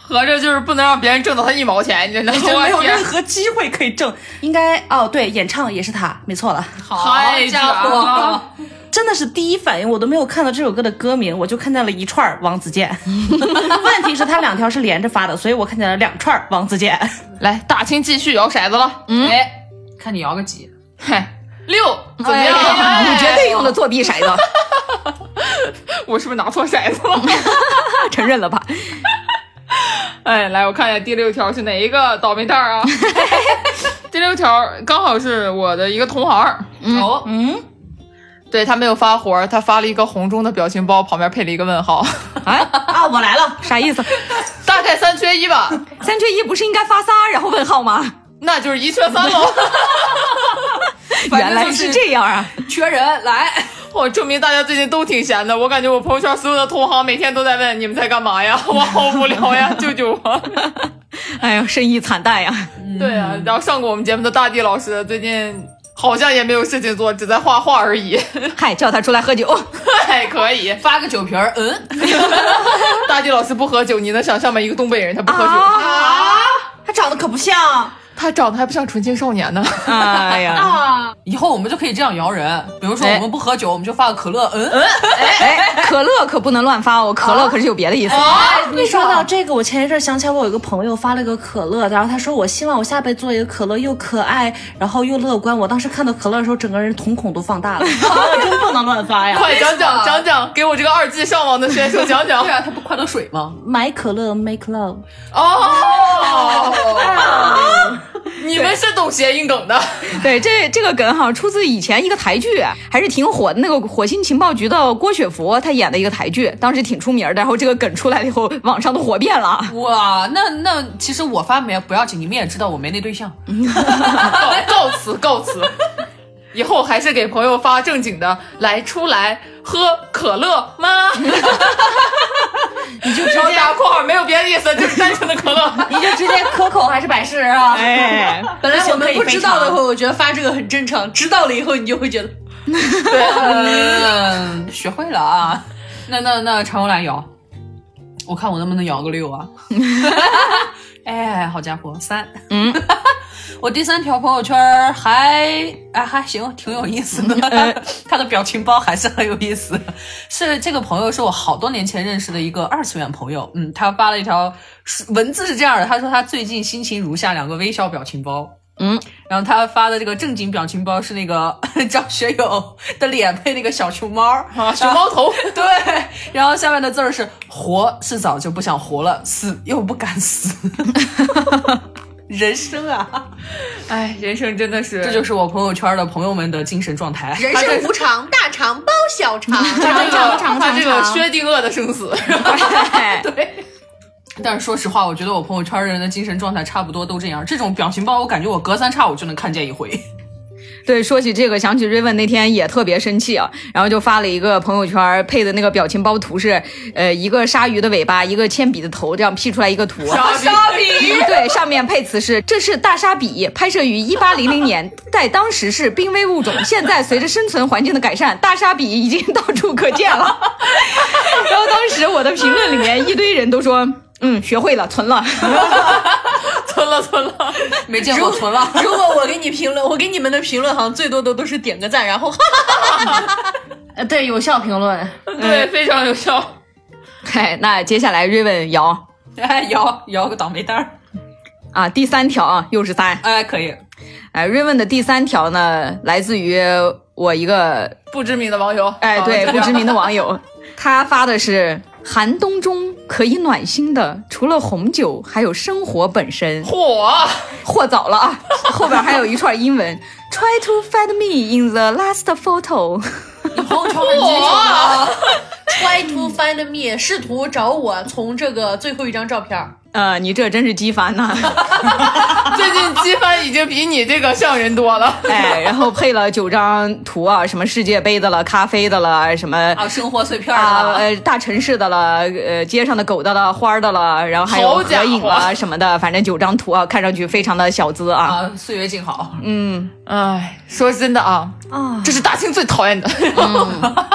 合着就是不能让别人挣到他一毛钱，你真的没有我天任何机会可以挣。应该哦，对，演唱也是他，没错了。 好太家假伙了！ 真的是第一反应，我都没有看到这首歌的歌名，我就看见了一串王子健。问题是他两条是连着发的，所以我看见了两串王子健。 来，大清继续摇骰子了。 嗯，哎，看你摇个几？ 嗨，六怎么哎样？ 呀，你绝对用的作弊骰子， 我是不是拿错骰子了？ 承认了吧？ 哎，来，我看一下第六条是哪一个倒霉蛋儿啊？第六条刚好是我的一个同行儿。 哦， 嗯， 对，他没有发活儿，他发了一个红中的表情包，旁边配了一个问号。 哎啊，我来了。 啥意思？ 大概三缺一吧， 三缺一不是应该发仨然后问号吗？ 那就是一缺三喽。 原来是这样啊！ 缺人来。 我证明大家最近都挺闲的，我感觉我朋友圈所有的同行每天都在问你们在干嘛呀，我好无聊呀，救救我！ 哎呀，生意惨淡呀！ 对啊，然后上过我们节目的大地老师最近好像也没有事情做，只在画画而已。 嗨，叫他出来喝酒。 还可以， 发个酒瓶儿，嗯， 大地老师不喝酒，你能想象吗？一个东北人他不喝酒， 啊，他长得可不像。 他长得还不像纯情少年呢。 哎呀， 以后我们就可以这样摇人，比如说我们不喝酒，我们就发个可乐，嗯， 哎，可乐可不能乱发哦，可乐可是有别的意思。 哎，你说到这个，我前一阵想起来，我有个朋友发了个可乐，然后他说我希望我下辈子做一个可乐又可爱，然后又乐观。我当时看到可乐的时候，整个人瞳孔都放大了。可乐真不能乱发呀！ 快讲讲讲讲，给我这个二级上网的选手讲讲对。啊，它不快乐水吗？ 买可乐 make love。 哦，你们是懂谐音梗的。 对，这这个梗哈出自以前一个台剧，还是挺火的。那个火星情报局的郭雪芙，她演的一个台剧，当时挺出名的。然后这个梗出来了以后，网上都火遍了。 哇，那那其实我发没不要紧，你们也知道我没那对象。 告告辞告辞，以后还是给朋友发正经的，来出来喝可乐吗？你就直接打括号，没有别的意思，就是单纯的可乐。 你就直接可口还是百事啊？ 哎， 本来我们不知道的话， 话，我觉得发这个很正常，知道了以后你就会觉得， 对， 嗯，学会了啊。那那那常文来摇，我看我能不能摇个六啊？哎，好家伙，三，嗯。我第三条朋友圈还哎还行，挺有意思的。他的表情包还是很有意思。是这个朋友是我好多年前认识的一个二次元朋友，嗯，他发了一条文字是这样的，他说他最近心情如下，两个微笑表情包。嗯，然后他发的这个正经表情包是那个张学友的脸配那个小熊猫啊，熊猫头。 对，然后下面的字儿是活是早就不想活了，死又不敢死。人生啊， 哎，人生真的是， 这就是我朋友圈的朋友们的精神状态。 人生无常，大肠包小肠， 他这个他这个薛定谔的生死。 对。但是说实话，我觉得我朋友圈的人的精神状态差不多都这样。这种表情包，我感觉我隔三差五就能看见一回。 对，说起这个，想起瑞文那天也特别生气啊，然后就发了一个朋友圈，配的那个表情包图是，呃，一个鲨鱼的尾巴，一个铅笔的头，这样 P 出来一个图。 鲨比， 对，上面配词是：这是大鲨比，拍摄于一八零零年，在当时是濒危物种，现在随着生存环境的改善，大鲨比已经到处可见了。然后当时我的评论里面一堆人都说。嗯，学会了，存了， 存了，存了， 没见过存了。 如果我给你评论，我给你们的评论好像最多的都是点个赞，然后哈哈哈哈哈。 呃，对，有效评论， 对，非常有效。 哎，那接下来瑞文摇， 哎，摇摇个倒霉蛋儿啊，第三条啊，又是三， 哎，可以。 哎，瑞文的第三条呢，来自于我一个不知名的网友， 哎，对，不知名的网友，他发的是。寒冬中可以暖心的，除了红酒，还有生活本身。 嚯， 嚯早了啊！后边还有一串英文 ，Try to find me in the last photo。 你朋友圈很精神啊 ！Try to find me， 试图找我从这个最后一张照片。 呃，你这真是机翻呐！ 最近机翻已经比你这个像人多了。 哎，然后配了九张图啊，什么世界杯的了，咖啡的了，什么啊，生活碎片的了，呃，大城市的了，呃，街上的狗的了，花的了，然后还有合影了什么的，反正九张图啊，看上去非常的小资啊。 啊，岁月静好。 嗯， 哎，说真的啊，啊，这是大清最讨厌的。 嗯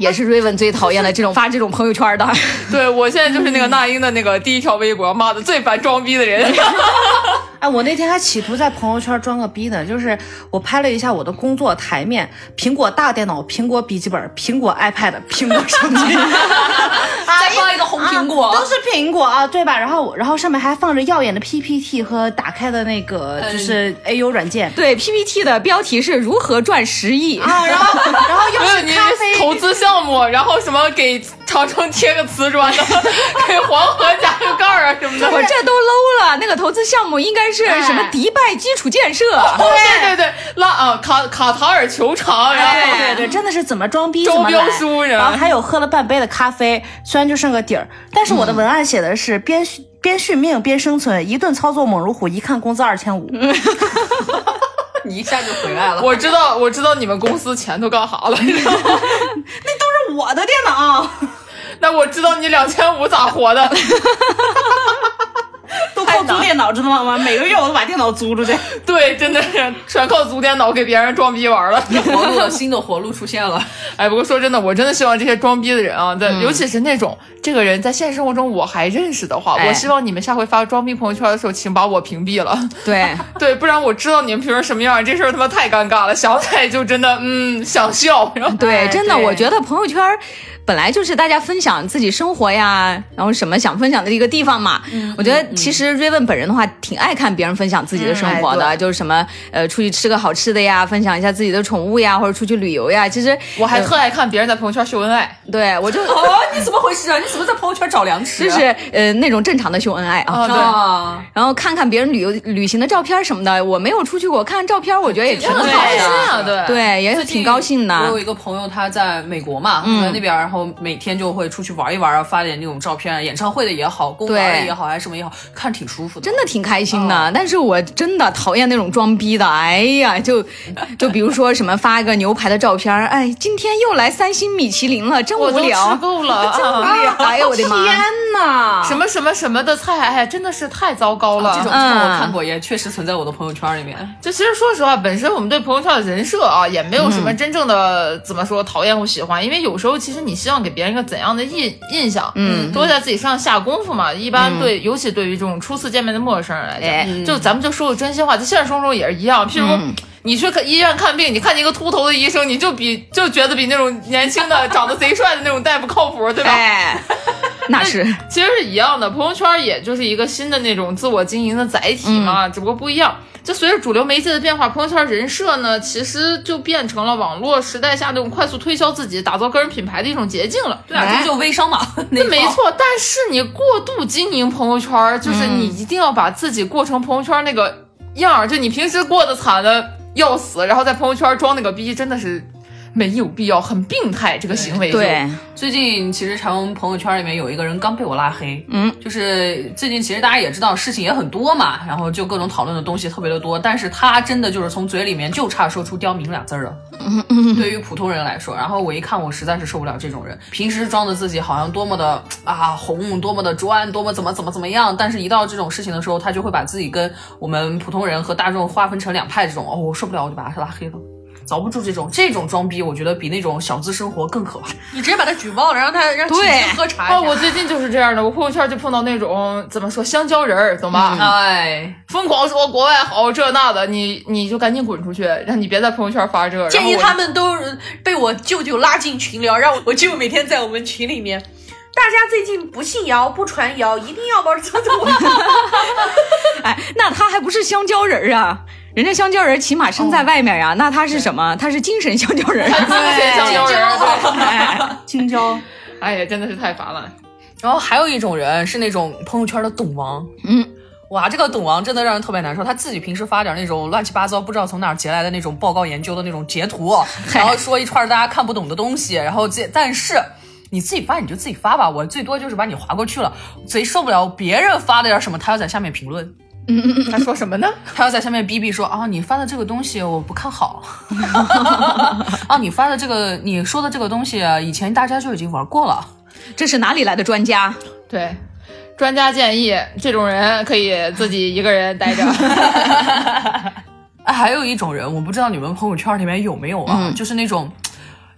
也是瑞文最讨厌的这种发这种朋友圈的。 对，我现在就是那个那英的那个第一条微博，妈的最烦装逼的人。 哎，我那天还企图在朋友圈装个逼呢，就是我拍了一下我的工作台面，苹果大电脑、苹果笔记本、苹果 iPad、苹果手机， 再放一个红苹果， 啊、都是苹果啊，对吧？然后，然后上面还放着耀眼的 P P T 和打开的那个就是 A U 软件。 对 P P T 的标题是如何赚十亿啊，然后，然后又是你咖啡投资项目，然后什么给长城贴个瓷砖的，给黄河加个盖儿啊什么的。 我这都 low 了，那个投资项目应该是什么迪拜基础建设？ 对对对，拉啊卡卡塔尔球场，然后对对，真的是怎么装逼招标书， 然后还有喝了半杯的咖啡，虽然就剩个底儿，但是我的文案写的是边续边续命边生存，一顿操作猛如虎，一看工资二千五。 你一下就回来了。 我知道，我知道你们公司钱都干啥了，你知道吗？ 那都是我的电脑。 那我知道你两千五咋活的。 都靠租电脑，知道吗？每个月我都把电脑租出去。 对，真的是全靠租电脑给别人装逼玩了。 活路新的活路出现了。 哎，不过说真的，我真的希望这些装逼的人啊，在、嗯、尤其是那种这个人在现实生活中我还认识的话，哎、我希望你们下回发装逼朋友圈的时候，请把我屏蔽了。 对对，不然我知道你们平时什么样，这事儿他妈太尴尬了，想起来就真的嗯想笑。 对，真的， 哎、 我觉得朋友圈本来就是大家分享自己生活呀，然后什么想分享的一个地方嘛。嗯、我觉得其实瑞文本人的话，挺爱看别人分享自己的生活的，嗯哎、就是什么呃出去吃个好吃的呀，分享一下自己的宠物呀，或者出去旅游呀。其实我还特爱看别人在朋友圈秀恩爱。 呃、对，我就哦，你怎么回事啊？你怎么在朋友圈找粮食、 啊？就是呃那种正常的秀恩爱啊。 哦、对、 啊。 然后看看别人旅游旅行的照片什么的，我没有出去过，看看照片我觉得也挺好的， 对对，也挺高兴的。 我有一个朋友他在美国嘛，嗯、在那边，然后每天就会出去玩一玩啊，发点那种照片，演唱会的也好，公园的也好，还是什么也好，看挺舒服的， 真的挺开心的。哦、但是我真的讨厌那种装逼的，哎呀，就就比如说什么发一个牛排的照片，哎，今天又来三星米其林了，真无聊， 我都吃够了， 真无聊，哎呀，我的妈！ 天哪， 什么什么什么的菜，哎，真的是太糟糕了。 啊、这种菜我看过，也确实存在我的朋友圈里面。 就其实说实话，本身我们对朋友圈的人设啊，也没有什么真正的、嗯、怎么说讨厌或喜欢，因为有时候其实你希望给别人一个怎样的印印象，嗯，都会在自己身上下功夫嘛。一般对，嗯、尤其对于这种初次见面的陌生人来讲，嗯、就咱们就说个真心话，在现实生活中也是一样。譬如说，嗯、你去医院看病，你看见一个秃头的医生，你就比就觉得比那种年轻的长得贼帅的那种大夫靠谱，对吧？ 哎那是， 其实是一样的。朋友圈也就是一个新的那种自我经营的载体嘛，嗯、只不过不一样。就随着主流媒介的变化，朋友圈人设呢，其实就变成了网络时代下那种快速推销自己、打造个人品牌的一种捷径了。 对啊，这就微商嘛。 那没错，但是你过度经营朋友圈，就是你一定要把自己过成朋友圈那个样儿，嗯、就你平时过得惨的要死，然后在朋友圈装那个逼，真的是没有必要，很病态这个行为。 对， 最近其实长虹朋友圈里面有一个人刚被我拉黑，嗯，就是最近其实大家也知道事情也很多嘛，然后就各种讨论的东西特别的多，但是他真的就是从嘴里面就差说出刁民俩字了。嗯嗯，对于普通人来说，然后我一看我实在是受不了这种人，平时装的自己好像多么的啊红，多么的专，多么怎么怎么怎么样，但是一到这种事情的时候，他就会把自己跟我们普通人和大众划分成两派，这种哦我受不了，我就把他拉黑了。遭不住这种这种装逼，我觉得比那种小资生活更可怕。 你直接把他举报了，让他让请去喝茶。 哦，我最近就是这样的，我朋友圈就碰到那种怎么说香蕉人儿，懂吧？ 嗯、哎， 疯狂说国外好这那的，你你就赶紧滚出去，让你别在朋友圈发这个。 建议他们都被我舅舅拉进群聊，让我舅每天在我们群里面。大家最近不信谣不传谣，一定要保持自我。 哎，那他还不是香蕉人啊？人家香蕉人起码身在外面呀，哦、那他是什么？他是精神香蕉人， 精神香蕉人， 对，青椒。 哎呀，真的是太烦了。 然后还有一种人是那种朋友圈的懂王，嗯，哇，这个懂王真的让人特别难受。他自己平时发点那种乱七八糟，不知道从哪儿截来的那种报告研究的那种截图，然后说一串大家看不懂的东西，然后这但是。你自己发你就自己发吧，我最多就是把你划过去了，贼受不了别人发的点什么，他要在下面评论。 他说什么呢？ 他要在下面逼逼说啊，你发的这个东西我不看好。啊，你发的这个你说的这个东西以前大家就已经玩过了， 这是哪里来的专家？ 对，专家建议这种人可以自己一个人待着。 还有一种人，我不知道你们朋友圈里面有没有啊，嗯、就是那种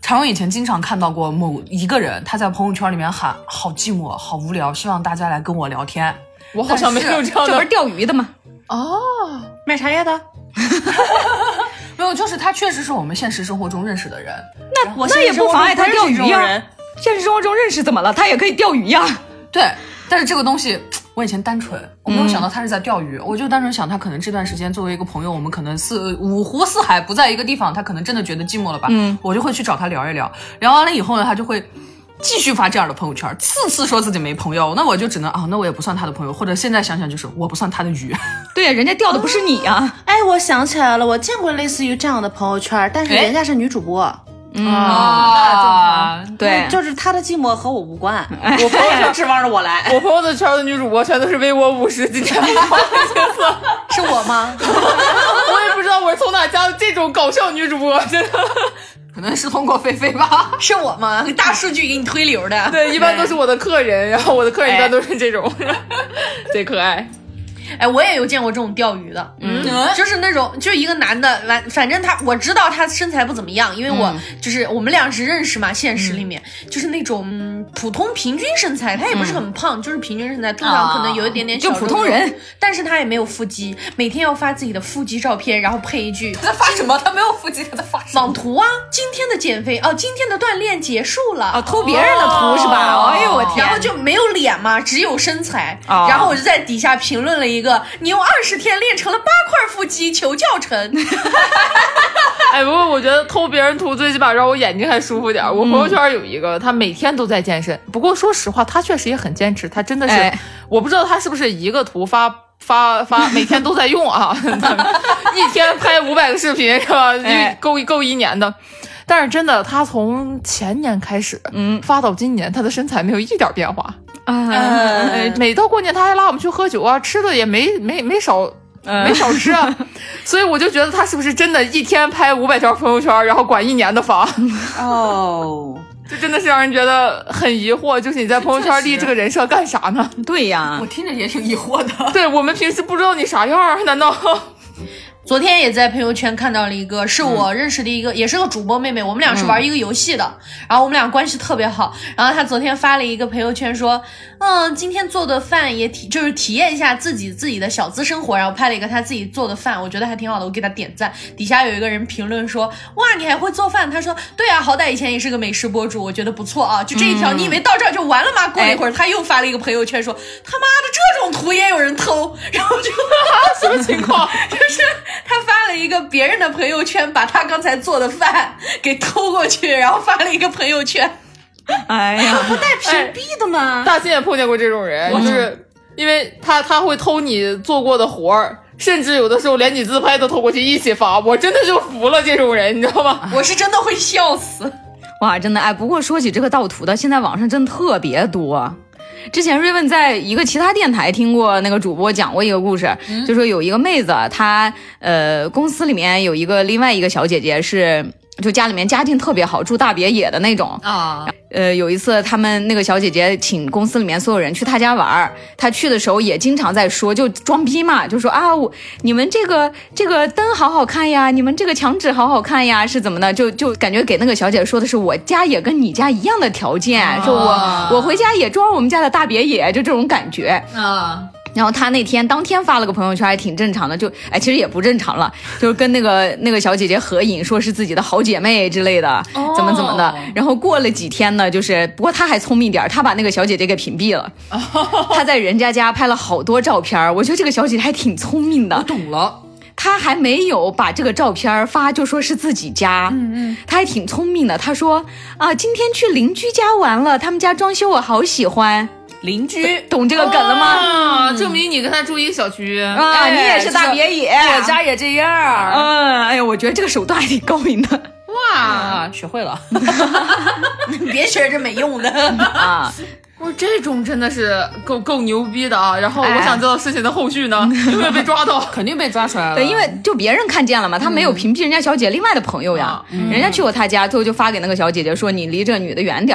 常勇以前经常看到过某一个人，他在朋友圈里面喊好寂寞好无聊，希望大家来跟我聊天。 我好像没有这样的。 这不是钓鱼的吗？ 哦， 卖茶叶的。 没有，就是他确实是我们现实生活中认识的人。 那我那也不妨碍他钓鱼呀。现实生活中认识怎么了？他也可以钓鱼呀。 对，但是这个东西我以前单纯，我没有想到他是在钓鱼，嗯、我就单纯想他可能这段时间作为一个朋友，我们可能四五湖四海不在一个地方，他可能真的觉得寂寞了吧。嗯，我就会去找他聊一聊，聊完了以后呢，他就会继续发这样的朋友圈，次次说自己没朋友，那我就只能啊，那我也不算他的朋友，或者现在想想就是我不算他的鱼。 对呀，人家钓的不是你呀、啊。 哎，我想起来了，我见过类似于这样的朋友圈，但是人家是女主播。 嗯啊， 对， 就是他的寂寞和我无关，我朋友圈指望着我来。 我朋友的圈的女主播全都是微我五十几天的角色， 是我吗？ 我也不知道我是从哪加的这种搞笑女主播，真的。 可能是通过菲菲吧。 是我吗？大数据给你推流的。 对，一般都是我的客人，然后我的客人一般都是这种，贼可爱。 哎，我也有见过这种钓鱼的，嗯，就是那种，就是一个男的，完，反正他我知道他身材不怎么样，因为我、嗯、就是我们俩是认识嘛，现实里面、嗯、就是那种、嗯、普通平均身材，他也不是很胖，嗯、就是平均身材，通常可能有一点点小肉肉、 啊、就普通人， 但是他也没有腹肌，每天要发自己的腹肌照片，然后配一句他在发什么？他没有腹肌，他在发什么？ 网图啊，今天的减肥哦，今天的锻炼结束了， 啊，偷别人的图、哦、是吧？哎呦我天！ 然后就没有脸嘛，只有身材，哦、然后我就在底下评论了一个，你用二十天练成了八块腹肌，求教程。 哎，不过我觉得偷别人图最起码让我眼睛还舒服点。我朋友圈有一个，他每天都在健身，不过说实话，他确实也很坚持，他真的是，哎、我不知道他是不是一个图发。发发每天都在用啊，一天拍五百个视频是吧？哎、够够一年的。但是真的，他从前年开始，嗯，发到今年，他的身材没有一点变化。啊、呃，每到过年他还拉我们去喝酒啊，吃的也没没没少。没少吃啊，所以我就觉得他是不是真的一天拍五百条朋友圈，然后管一年的发？哦，这真的是让人觉得很疑惑，就是你在朋友圈立这个人设干啥呢？ 对呀， 我听着也挺疑惑的。 对，我们平时不知道你啥样，难道？ 昨天也在朋友圈看到了一个，是我认识的一个，嗯、也是个主播妹妹，我们俩是玩一个游戏的，嗯、然后我们俩关系特别好。然后她昨天发了一个朋友圈说，嗯，今天做的饭也体就是体验一下自己自己的小资生活，然后拍了一个她自己做的饭，我觉得还挺好的，我给她点赞。底下有一个人评论说，哇，你还会做饭？她说，对啊，好歹以前也是个美食博主，我觉得不错啊。就这一条，嗯、你以为到这儿就完了吗？过了一会儿，她又发了一个朋友圈说，他妈的这种图也有人偷，然后就什么情况？ 就是她发了一个。别人的朋友圈把他刚才做的饭给偷过去，然后发了一个朋友圈。 哎呀， 不带屏蔽的吗？ 哎、大新也碰见过这种人，就是因为他他会偷你做过的活儿，甚至有的时候连你自拍都偷过去一起发，我真的就服了这种人，你知道吗？ 我是真的会笑死。 哇，真的哎！不过说起这个盗图的，现在网上真的特别多。之前瑞文在一个其他电台听过那个主播讲过一个故事，嗯、就说有一个妹子，她呃公司里面有一个另外一个小姐姐是，就家里面家境特别好，住大别野的那种啊。呃，有一次他们那个小姐姐请公司里面所有人去她家玩，她去的时候也经常在说，就装逼嘛，就说啊，我你们这个这个灯好好看呀，你们这个墙纸好好看呀，是怎么的？就就感觉给那个小姐姐说的是我家也跟你家一样的条件，啊、说我我回家也装我们家的大别野，就这种感觉啊。然后他那天当天发了个朋友圈，还挺正常的，就哎，其实也不正常了，就是跟那个那个小姐姐合影，说是自己的好姐妹之类的，哦、怎么怎么的。然后过了几天呢，就是不过他还聪明点，他把那个小姐姐给屏蔽了。哦、他在人家家拍了好多照片，我觉得这个小姐姐还挺聪明的。 我懂了。 他还没有把这个照片发，就说是自己家。嗯嗯，他还挺聪明的。他说啊，今天去邻居家玩了，他们家装修我好喜欢。 邻居懂这个梗了吗？ 啊，证明你跟他住一个小区啊，哎、你也是大别野， 我家也这样。 嗯，哎呀，我觉得这个手段还挺高明的。 哇，学会了， 别学这没用的啊。 我这种真的是够够牛逼的啊！然后我想知道事情的后续呢，有没有被抓到？ 肯定被抓出来了。 对，因为就别人看见了嘛，他没有屏蔽人家小姐另外的朋友呀，嗯、人家去过他家，最后就发给那个小姐姐说：“你离这女的远点儿。”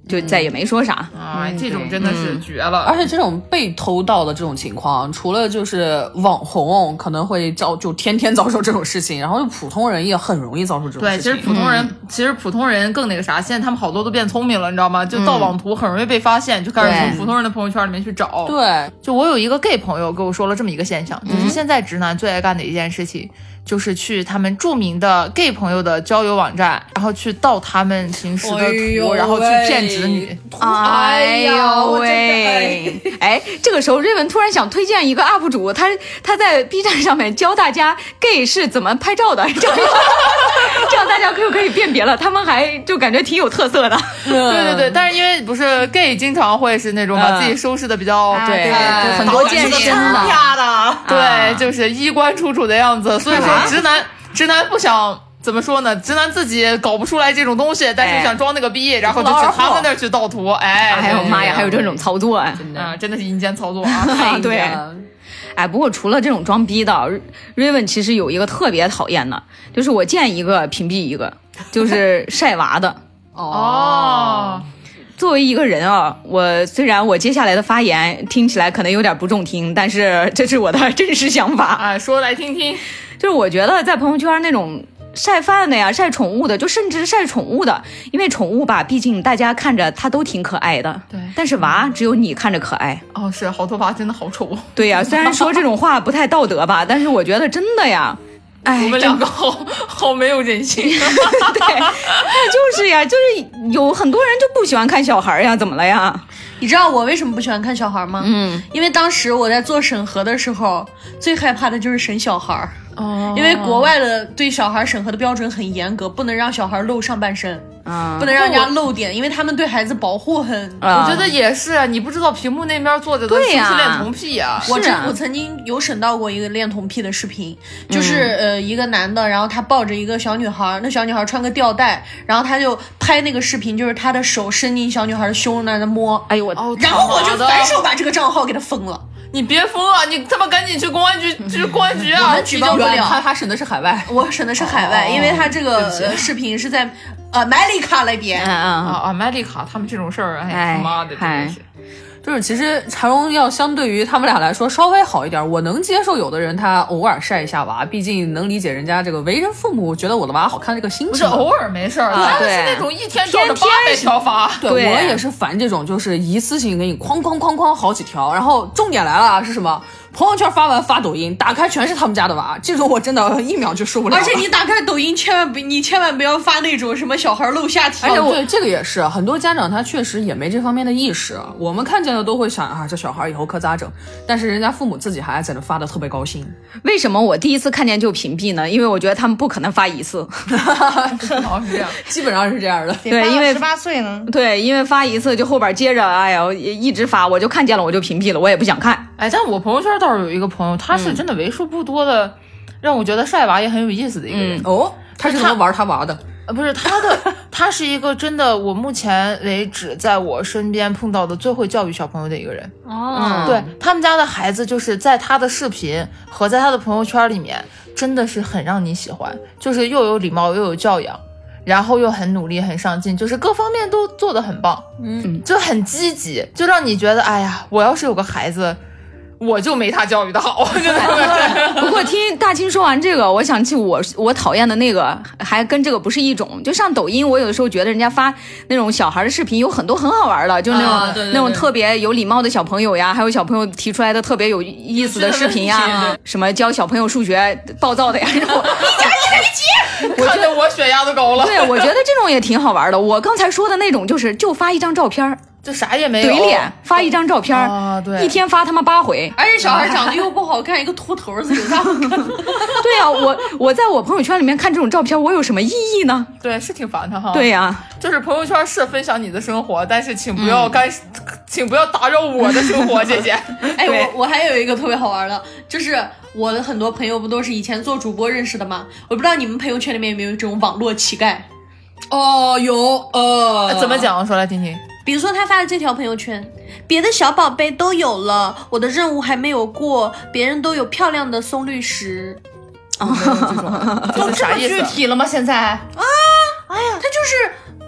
就再也没说啥。 啊，这种真的是绝了。 而且这种被偷盗的这种情况，除了就是网红可能会遭就天天遭受这种事情，然后普通人也很容易遭受这种事情。 对，其实普通人、嗯、其实普通人更那个啥，现在他们好多都变聪明了，你知道吗？就盗网图很容易被发现，嗯、就开始从普通人的朋友圈里面去找。 对， 就我有一个 gay 朋友跟我说了这么一个现象，嗯、就是现在直男最爱干的一件事情。就是去他们著名的 gay 朋友的交友网站，然后去盗他们平时的图，哎、然后去骗直女。 哎呦喂！哎，这个时候瑞文突然想推荐一个 U P 主，他他在 B 站上面教大家 gay 是怎么拍照的，这样这样大家就可以辨别了。他们还就感觉挺有特色的。 对对对，但是因为不是 gay 经常会是那种把自己收拾的比较、 嗯、对， 呃、 很多健身的， 的对，就是衣冠楚楚的样子，所以说。直男直男不想怎么说呢？直男自己搞不出来这种东西，但是想装那个逼，哎、然后就去他们那儿去盗图。哎， 哎呦妈呀，还有这种操作啊！ 真的、啊，真的是阴间操作啊！ 对，哎，不过除了这种装逼的，瑞文其实有一个特别讨厌的，就是我见一个屏蔽一个，就是晒娃的。 哦。 作为一个人啊，我虽然我接下来的发言听起来可能有点不中听，但是这是我的真实想法啊，说来听听。 就是我觉得在朋友圈那种晒饭的呀、晒宠物的，就甚至晒宠物的，因为宠物吧，毕竟大家看着它都挺可爱的， 对。 但是娃只有你看着可爱。 哦，是，好多娃真的好丑。 对呀，虽然说这种话不太道德吧，但是我觉得真的呀。哎， 我们两个好好没有人性。对， 就是呀，就是有很多人就不喜欢看小孩呀，怎么了呀？ 你知道我为什么不喜欢看小孩吗？ 嗯， 因为当时我在做审核的时候，最害怕的就是审小孩。 哦， 因为国外的对小孩审核的标准很严格，不能让小孩露上半身， 啊、 不能让人家露点，因为他们对孩子保护很。 啊、我觉得也是，你不知道屏幕那边坐着的是不是恋童癖呀？ 我这我曾经有审到过一个恋童癖的视频，就是、嗯、呃一个男的，然后他抱着一个小女孩，那小女孩穿个吊带，然后他就拍那个视频，就是他的手伸进小女孩的胸那在摸， 哎呦我， 哦、然后我就反手把这个账号给他封了。 你别封啊！你他妈赶紧去公安局，去公安局啊！ 我们举报不了。 他他审的是海外， 我审的是海外，哦、因为他这个视频是在呃麦丽卡那边。 嗯嗯啊啊，麦丽卡他们这种事儿，哎，他妈的，真的是。 就是其实柴荣要相对于他们俩来说稍微好一点，我能接受有的人他偶尔晒一下娃，毕竟能理解人家这个为人父母觉得我的娃好看这个心情。 不是偶尔没事儿， 啊、 他是那种一天照着八百条发。 对，对我也是烦这种，就是一次性给你哐哐哐哐好几条，然后重点来了是什么？朋友圈发完发抖音，打开全是他们家的娃，这种我真的一秒就受不了了。 而且你打开抖音，千万不，你千万不要发那种什么小孩露下体。 而且我对这个也是，很多家长他确实也没这方面的意识。我们看见了都会想啊，这小孩以后可咋整？但是人家父母自己还在那发的特别高兴。 为什么我第一次看见就屏蔽呢？因为我觉得他们不可能发一次。 好像是这样，基本上是这样的。 对，因为十八岁呢。 对，因为发一次就后边接着，哎呀，一直发，我就看见了我就屏蔽了，我也不想看。 哎，但我朋友圈倒是有一个朋友，他是真的为数不多的，嗯、让我觉得晒娃也很有意思的一个人。 嗯、哦，他是怎么玩他娃的？ 呃，不是他的，他是一个真的，我目前为止在我身边碰到的最会教育小朋友的一个人。 哦， 对，他们家的孩子就是在他的视频和在他的朋友圈里面，真的是很让你喜欢，就是又有礼貌又有教养。然后又很努力很上进，就是各方面都做得很棒， 嗯， 就很积极，就让你觉得哎呀，我要是有个孩子，我就没他教育的好。 不过听大清说完这个，我想起我我讨厌的那个还跟这个不是一种，就上抖音，我有的时候觉得人家发那种小孩的视频有很多很好玩的，就那种、 啊、对对对那种特别有礼貌的小朋友呀，还有小朋友提出来的特别有意思的视频呀，什么教小朋友数学暴躁的呀，然后一加一等于几。 我觉得我血压都高了。 对，我觉得这种也挺好玩的。我刚才说的那种就是就发一张照片， 就啥也没有， 怼脸发一张照片， 啊，对， 一天发他妈八回， 而且小孩长得又不好看，一个秃头子有啥好看？ 对呀、啊，我我在我朋友圈里面看这种照片，我有什么意义呢？ 对，是挺烦的哈。 对呀、啊， 就是朋友圈是分享你的生活，但是请不要干，嗯、请不要打扰我的生活，姐姐。 哎，我我还有一个特别好玩的，就是我的很多朋友不都是以前做主播认识的吗？我不知道你们朋友圈里面有没有这种网络乞丐？ 哦，有，呃， 怎么讲？说来听听。 比如说他发的这条朋友圈，别的小宝贝都有了，我的任务还没有过，别人都有漂亮的松绿石。 啊，这种都这么具体了吗？现在啊， 哎呀，他就是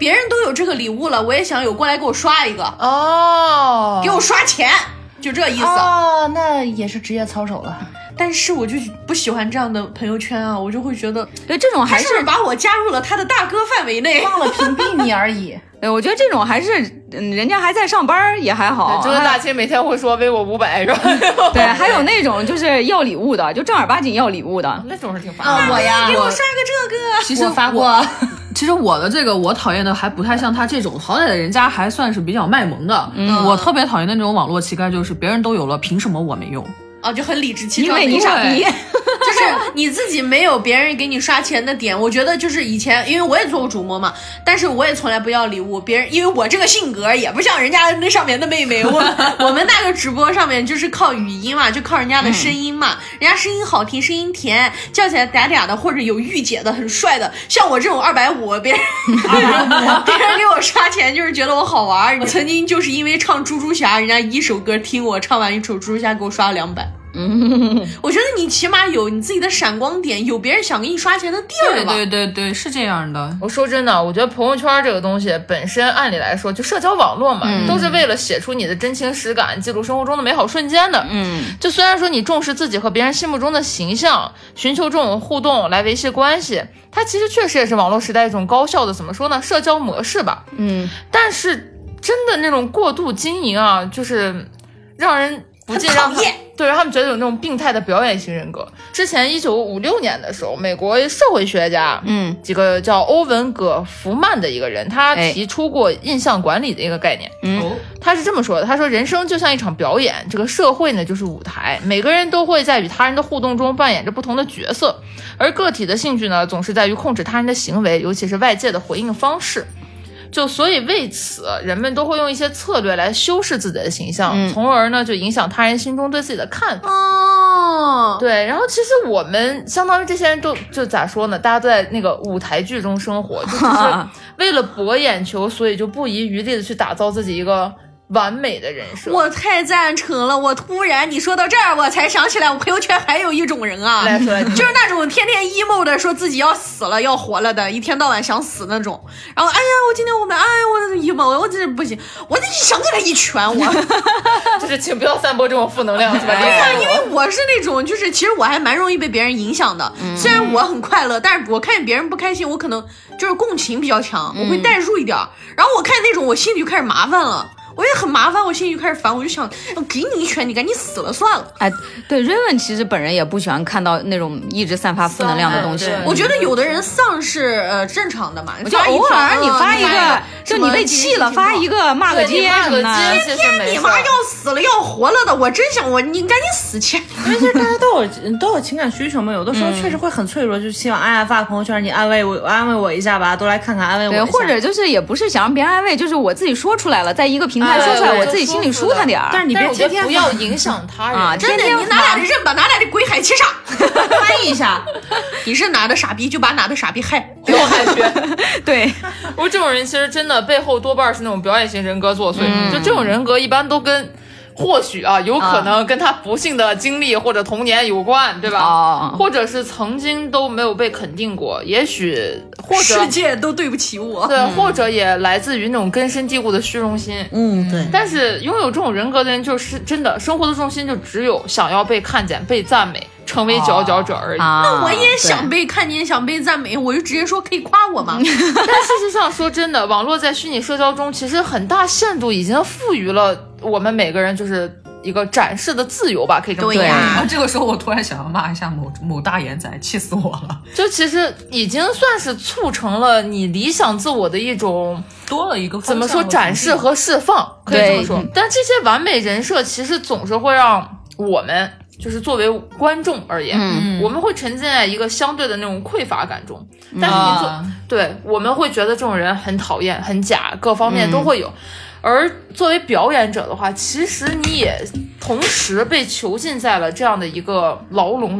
别人都有这个礼物了，我也想有，过来给我刷一个， 哦， 给我刷钱，就这意思。 哦，那也是职业操守了。 但是我就不喜欢这样的朋友圈啊，我就会觉得， 对，这种还是他是不是把我加入了他的大哥范围内， 忘了屏蔽你而已。 对，我觉得这种还是，嗯，人家还在上班也还好。 这个大清每天会说微我五百是吧？ 对，还有那种就是要礼物的，就正儿八经要礼物的， 那种是挺烦啊，我呀， 给我刷个这个。 其实我发过。 其实我的这个我讨厌的还不太像他这种，好歹人家还算是比较卖萌的。嗯，我特别讨厌那种网络乞丐，就是别人都有了，凭什么我没用？ 哦，就很理直气因壮的， 为你傻逼。 就是你自己没有别人给你刷钱的点。我觉得就是以前，因为我也做过主播嘛，但是我也从来不要礼物。别人因为我这个性格也不像人家那上面的妹妹，我我们那个直播上面就是靠语音嘛，就靠人家的声音嘛，嗯、人家声音好听，声音甜，叫起来嗲嗲的，或者有御姐的，很帅的。像我这种二百五，别人别人给我刷钱就是觉得我好玩。我曾经就是因为唱猪猪侠，人家一首歌听我唱完一首猪猪侠，给我刷了两百。嗯，我觉得你起码有你自己的闪光点，有别人想给你刷钱的地儿吧。 对对对对，是这样的。 我说真的，我觉得朋友圈这个东西本身，按理来说就社交网络嘛，嗯、都是为了写出你的真情实感，记录生活中的美好瞬间的。嗯，就虽然说你重视自己和别人心目中的形象，寻求这种互动来维系关系，它其实确实也是网络时代一种高效的怎么说呢，社交模式吧。嗯，但是真的那种过度经营啊，就是让人不禁让他对让他们觉得有那种病态的表演型人格。之前一九五六年的时候，美国社会学家，嗯，几个叫欧文·葛弗曼的一个人，他提出过印象管理的一个概念。嗯，他是这么说的，他说人生就像一场表演，这个社会呢就是舞台，每个人都会在与他人的互动中扮演着不同的角色，而个体的兴趣呢总是在于控制他人的行为，尤其是外界的回应方式。就所以为此人们都会用一些策略来修饰自己的形象，嗯、从而呢就影响他人心中对自己的看法。哦，对，然后其实我们相当于这些人都就咋说呢，大家都在那个舞台剧中生活，就只是为了博眼球，所以就不遗余力的去打造自己一个完美的人设。 我太赞成了，我突然你说到这儿，我才想起来我朋友圈还有一种人啊， 来说就是那种天天 emo 的，说自己要死了要活了的，一天到晚想死那种。然后哎呀，我今天我们哎我 emo， 我这不行，我得想给他一拳，我就是请不要散播这种负能量，是吧？ 对呀、啊，因为我是那种就是其实我还蛮容易被别人影响的，嗯、虽然我很快乐，但是我看见别人不开心，我可能就是共情比较强，我会代入一点，嗯、然后我看那种我心里就开始麻烦了。我也很麻烦，我心里就开始烦，我就想，我给你一拳，你赶紧死了算了。 哎，对，瑞文其实本人也不喜欢看到那种一直散发负能量的东西。 我觉得有的人丧是呃正常的嘛， 就偶尔你发一个，就你被气了，发一个骂个街什么的， 天天你妈要死了要活了的，我真想我你赶紧死去。 因为其实大家都有都有情感需求嘛，有的时候确实会很脆弱，就希望哎呀发朋友圈你安慰我安慰我一下吧，都来看看安慰我一下。 对，或者就是也不是想让别人安慰，就是我自己说出来了，在一个平台说出来，我自己心里舒坦点儿。 但是你别天天不要影响他人啊！ 真的，你哪俩的认吧，哪俩的鬼海七杀，翻译一下，你是哪的傻逼就把哪的傻逼害， 不要害学。 对， 我这种人其实真的背后多半是那种表演型人格作祟，嗯、就这种人格一般都跟。或许啊，有可能跟他不幸的经历或者童年有关，对吧？哦、或者是曾经都没有被肯定过，也许或者世界都对不起我。 对，嗯、或者也来自于那种根深蒂固的虚荣心。 嗯，对。 但是拥有这种人格的人，就是真的生活的重心就只有想要被看见、被赞美。成为佼佼者而已。 啊、那我也想被看见，想被赞美，我就直接说可以夸我嘛。 但事实上，说真的，网络在虚拟社交中，其实很大限度已经赋予了我们每个人就是一个展示的自由吧，可以这么说。 对呀、啊，这个时候我突然想要骂一下某某大眼仔，气死我了。 就其实已经算是促成了你理想自我的一种多了一个怎么说展示和释放，可以这么说。但这些完美人设其实总是会让我们。就是作为观众而言，嗯、我们会沉浸在一个相对的那种匮乏感中，但是你做、啊、对我们会觉得这种人很讨厌、很假，各方面都会有。嗯、而作为表演者的话，其实你也同时被囚禁在了这样的一个牢笼里面。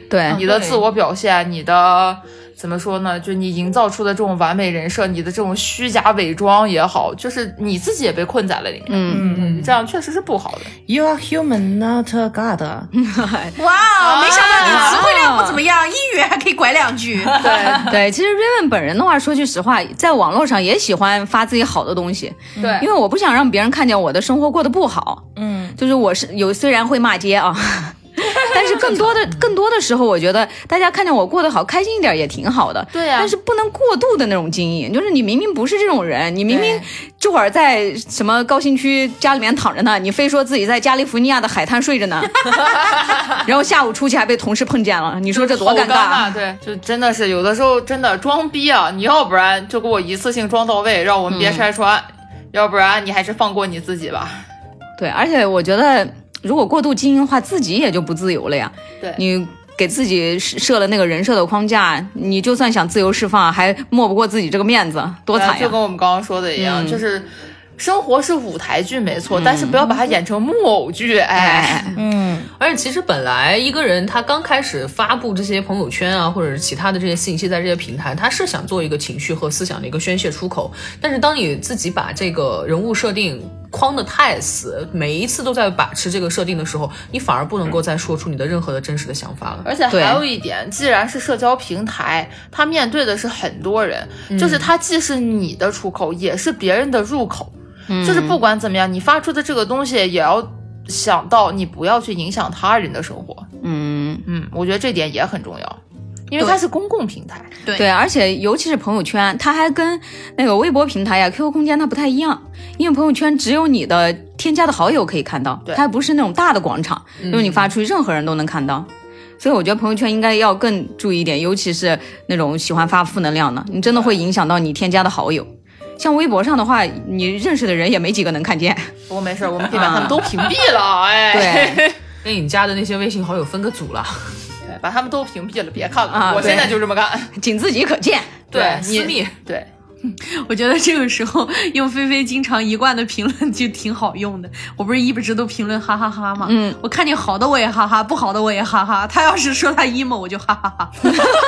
对， 你的自我表现，你的怎么说呢？就你营造出的这种完美人设，你的这种虚假伪装也好，就是你自己也被困在了里面。嗯嗯，这样确实是不好的。 You are human, not a god 。 哇，没想到你词汇量不怎么样，英语还可以拐两句。 对对，其实 Raven 本人的话，说句实话，在网络上也喜欢发自己好的东西。 对， 因为我不想让别人看见我的生活过得不好。嗯，就是我是有虽然会骂街啊。但是更多的更多的时候，我觉得大家看见我过得好，开心一点也挺好的。 对呀、啊， 但是不能过度的那种经营，就是你明明不是这种人，你明明这会儿在什么高新区家里面躺着呢，你非说自己在加利福尼亚的海滩睡着呢，然后下午出去还被同事碰见了，你说这多尴尬啊！对，就真的是有的时候真的装逼啊！你要不然就给我一次性装到位，让我们别拆穿，嗯、要不然你还是放过你自己吧。 对，而且我觉得。如果过度经营的话，自己也就不自由了呀。 对， 你给自己设了那个人设的框架，你就算想自由释放，还没不过自己这个面子，多惨呀！ 就跟我们刚刚说的一样，嗯、就是生活是舞台剧没错，嗯、但是不要把它演成木偶剧。哎， 嗯，而且其实本来一个人他刚开始发布这些朋友圈啊，或者是其他的这些信息在这些平台，他是想做一个情绪和思想的一个宣泄出口。但是当你自己把这个人物设定框得太死，每一次都在把持这个设定的时候，你反而不能够再说出你的任何的真实的想法了。 而且还有一点，既然是社交平台，它面对的是很多人，嗯、就是它既是你的出口，也是别人的入口。嗯、就是不管怎么样，你发出的这个东西也要想到你不要去影响他人的生活。嗯嗯，我觉得这点也很重要。因为它是公共平台， 对对，而且尤其是朋友圈，它还跟那个微博平台呀、Q Q 空间它不太一样，因为朋友圈只有你的添加的好友可以看到，它不是那种大的广场，就是你发出去任何人都能看到。所以我觉得朋友圈应该要更注意一点，尤其是那种喜欢发负能量的，你真的会影响到你添加的好友。像微博上的话，你认识的人也没几个能看见。 不过没事，我们可以把他们都屏蔽了。哎， 对， 跟你加的那些微信好友分个组了。 把他们都屏蔽了，别看了。啊、我现在就这么干， 仅自己可见。 对，私密。 对， 我觉得这个时候用菲菲经常一贯的评论就挺好用的。我不是一直都评论哈哈哈吗？嗯，我看见好的我也哈哈，不好的我也哈哈。他要是说他 emo， 我就哈哈哈。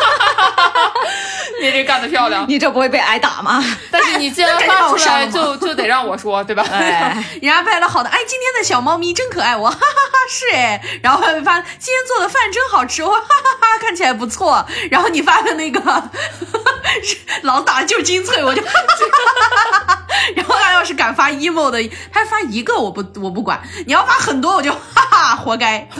你这干得漂亮， 你这不会被挨打吗？ 但是你既然发出来就，就就得让我说，对吧？ 哎，人家拍了好的，哎，今天的小猫咪真可爱，我哈哈哈是哎，然后发今天做的饭真好吃，我哈哈哈看起来不错，然后你发的那个老打就精粹，我就哈哈哈，然后他要是敢发 emo 的，他发一个我不我不管，你要发很多我就哈哈活该。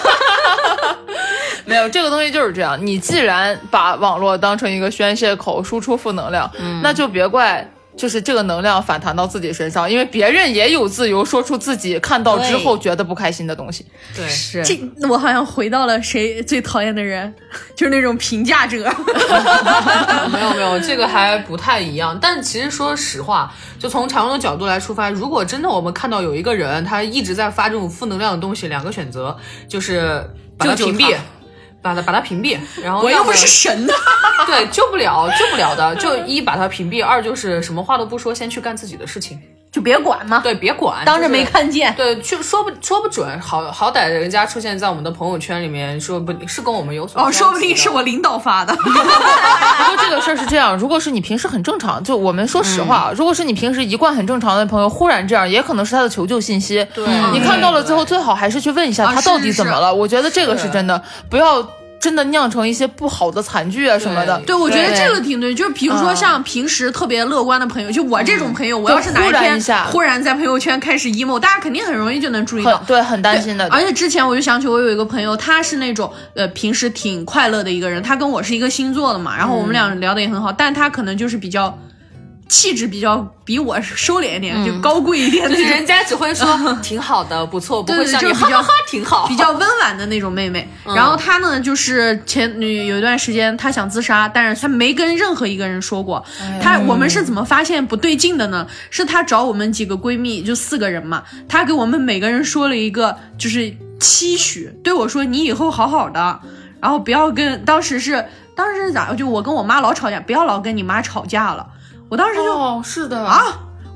没有，这个东西就是这样，你既然把网络当成一个宣泄口，输出负能量，嗯、那就别怪就是这个能量反弹到自己身上，因为别人也有自由说出自己看到之后觉得不开心的东西。 对， 是这我好像回到了谁最讨厌的人，就是那种评价者。 没有没有，这个还不太一样。但其实说实话，就从常用的角度来出发，如果真的我们看到有一个人他一直在发这种负能量的东西，两个选择就是把他屏蔽。把他把他屏蔽，然后我又不是神， 对，救不了，救不了的，就一把他屏蔽，二就是什么话都不说，先去干自己的事情， 就别管嘛， 对，别管， 当着没看见， 就是、对，去说不说不准，好好歹人家出现在我们的朋友圈里面，说不是跟我们有所哦，说不定是我领导发的。 不过这个事儿是这样，如果是你平时很正常，就我们说实话，嗯、如果是你平时一贯很正常的朋友，忽然这样，也可能是他的求救信息。 对， 你看到了之后，最好还是去问一下他到底怎么了。啊、我觉得这个是真的，不要。真的酿成一些不好的惨剧啊什么的。 对，我觉得这个挺对，就是比如说像平时特别乐观的朋友，嗯、就我这种朋友，我要是哪一天忽然在朋友圈开始 emo， 大家肯定很容易就能注意到， 对，很担心的。 而且之前我就想起我有一个朋友，他是那种呃平时挺快乐的一个人，他跟我是一个星座的嘛，然后我们俩聊得也很好，嗯、但他可能就是比较。气质比较比我收敛一点，嗯、就高贵一点， 就是人家只会说挺好的，不错，不会像你哈哈哈挺好， 比较温婉的那种妹妹。嗯、然后她呢，就是前有一段时间她想自杀，但是她没跟任何一个人说过。哎、她我们是怎么发现不对劲的呢？是她找我们几个闺蜜，就四个人嘛，她给我们每个人说了一个就是期许，对我说你以后好好的，然后不要跟当时是当时是咋？就我跟我妈老吵架，不要老跟你妈吵架了。我当时就哦，是的啊，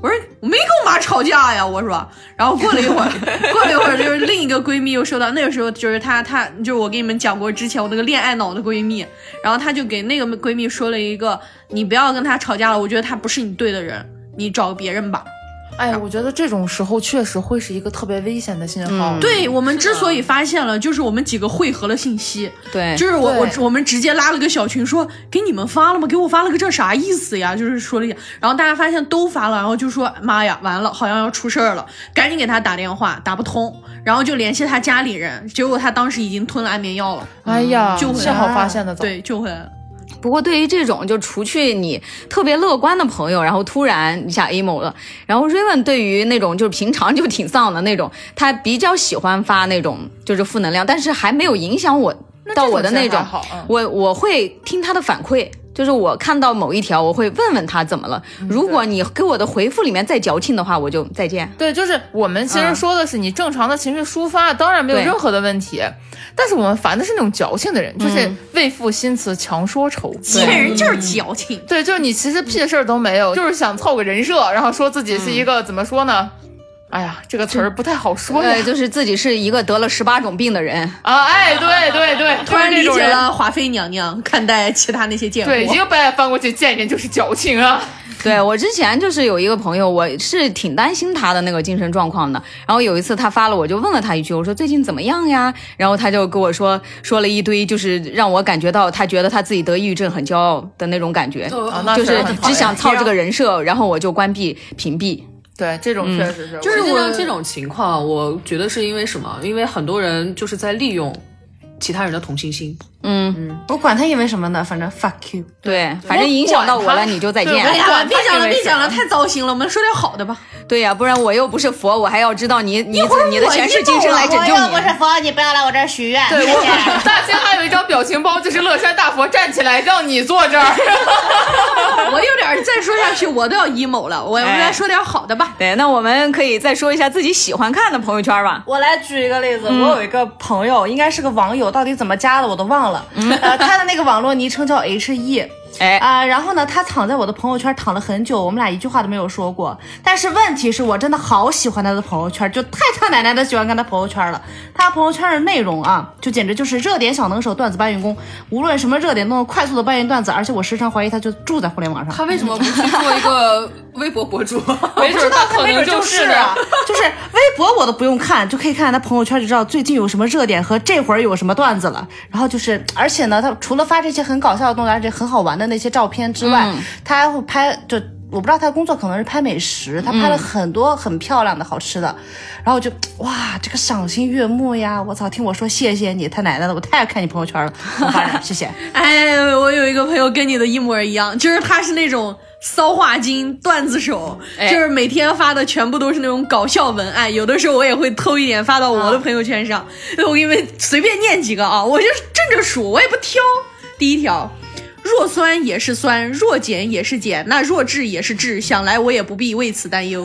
我说我没跟我妈吵架呀，我说。然后过了一会儿，过了一会儿就是另一个闺蜜又收到，那个时候就是她她就是我给你们讲过之前我那个恋爱脑的闺蜜，然后她就给那个闺蜜说了一个，你不要跟她吵架了，我觉得她不是你对的人，你找别人吧。 哎，我觉得这种时候确实会是一个特别危险的信号。 嗯、对我们之所以发现了，就是我们几个汇合了信息。 对， 就是我我我们直接拉了个小群说，给你们发了吗？给我发了个这啥意思呀？就是说了一下，然后大家发现都发了，然后就说妈呀，完了，好像要出事儿了，赶紧给他打电话，打不通，然后就联系他家里人，结果他当时已经吞了安眠药了。 哎呀， 救回来幸好发现的早。 对，救回来了。 不过对于这种就除去你特别乐观的朋友，然后突然一下 emo 了，然后 Raven 对于那种就是平常就挺丧的那种，他比较喜欢发那种就是负能量，但是还没有影响我到我的那种， 好嗯、 我我会听他的反馈。就是我看到某一条，我会问问他怎么了。如果你给我的回复里面再矫情的话，我就再见。 对，就是我们其实说的是你正常的情绪抒发，嗯、当然没有任何的问题。但是我们烦的是那种矫情的人，就是为赋新词强说愁。 这人就是矫情。 对，就是你其实屁事儿都没有，就是想凑个人设，然后说自己是一个、嗯、怎么说呢？哎呀，这个词儿不太好说呀。 对，就是自己是一个得了十八种病的人啊！哎，对对对， 突然理解了华妃娘娘看待其他那些贱货。 对，一个白眼翻过去，见人就是矫情啊。 对，我之前就是有一个朋友，我是挺担心他的那个精神状况的。然后有一次他发了，我就问了他一句，我说最近怎么样呀？然后他就跟我说说了一堆，就是让我感觉到他觉得他自己得抑郁症很骄傲的那种感觉， 哦、 就是只想操这个人设，然后我就关闭屏蔽。 对，这种确实是， 嗯、就是我这种情况，我觉得是因为什么？因为很多人就是在利用其他人的同情心。 嗯嗯，我管他因为什么呢，反正 fuck you。 对，反正影响到我了，你就再见。 哎呀，别讲了，别讲了，太糟心了。我们说点好的吧。 对呀、啊，不然我又不是佛，我还要知道你你你的前世今生来拯救你。 我又不是佛，你不要来我这儿许愿。 对，我大清还有一张表情包，就是乐山大佛站起来让你坐这儿。 我有点再说下去，我都要 emo 了。我我们来说点好的吧。 哎、对，那我们可以再说一下自己喜欢看的朋友圈吧。 我来举一个例子，嗯、我有一个朋友，应该是个网友，到底怎么加的我都忘了。嗯、呃，他的那个网络昵称叫 H E。 哎啊、呃，然后呢，他躺在我的朋友圈躺了很久，我们俩一句话都没有说过。但是问题是我真的好喜欢他的朋友圈，就太他奶奶的喜欢看他朋友圈了。他朋友圈的内容啊，就简直就是热点小能手、段子搬运工，无论什么热点都能快速的搬运段子，而且我时常怀疑他就住在互联网上。 他为什么不去做一个微博博主？ 没准他可能就是啊，就是微博我都不用看，就可以看他朋友圈就知道最近有什么热点和这会儿有什么段子了。然后就是，而且呢，他除了发这些很搞笑的动作，而且很好玩的那些照片之外，嗯、他还会拍，就我不知道他的工作可能是拍美食，他拍了很多很漂亮的好吃的，嗯、然后就哇，这个赏心悦目呀！我操，听我说谢谢你，他奶奶的，我太爱看你朋友圈了，我发展谢谢。 哎，我有一个朋友跟你的一模一样，就是他是那种骚话精、段子手， 哎、 就是每天发的全部都是那种搞笑文案，有的时候我也会偷一点发到我的朋友圈上。啊、我给你们随便念几个啊，我就正着数，我也不挑。第一条。弱酸也是酸，弱碱也是碱，那弱智也是智，想来我也不必为此担忧。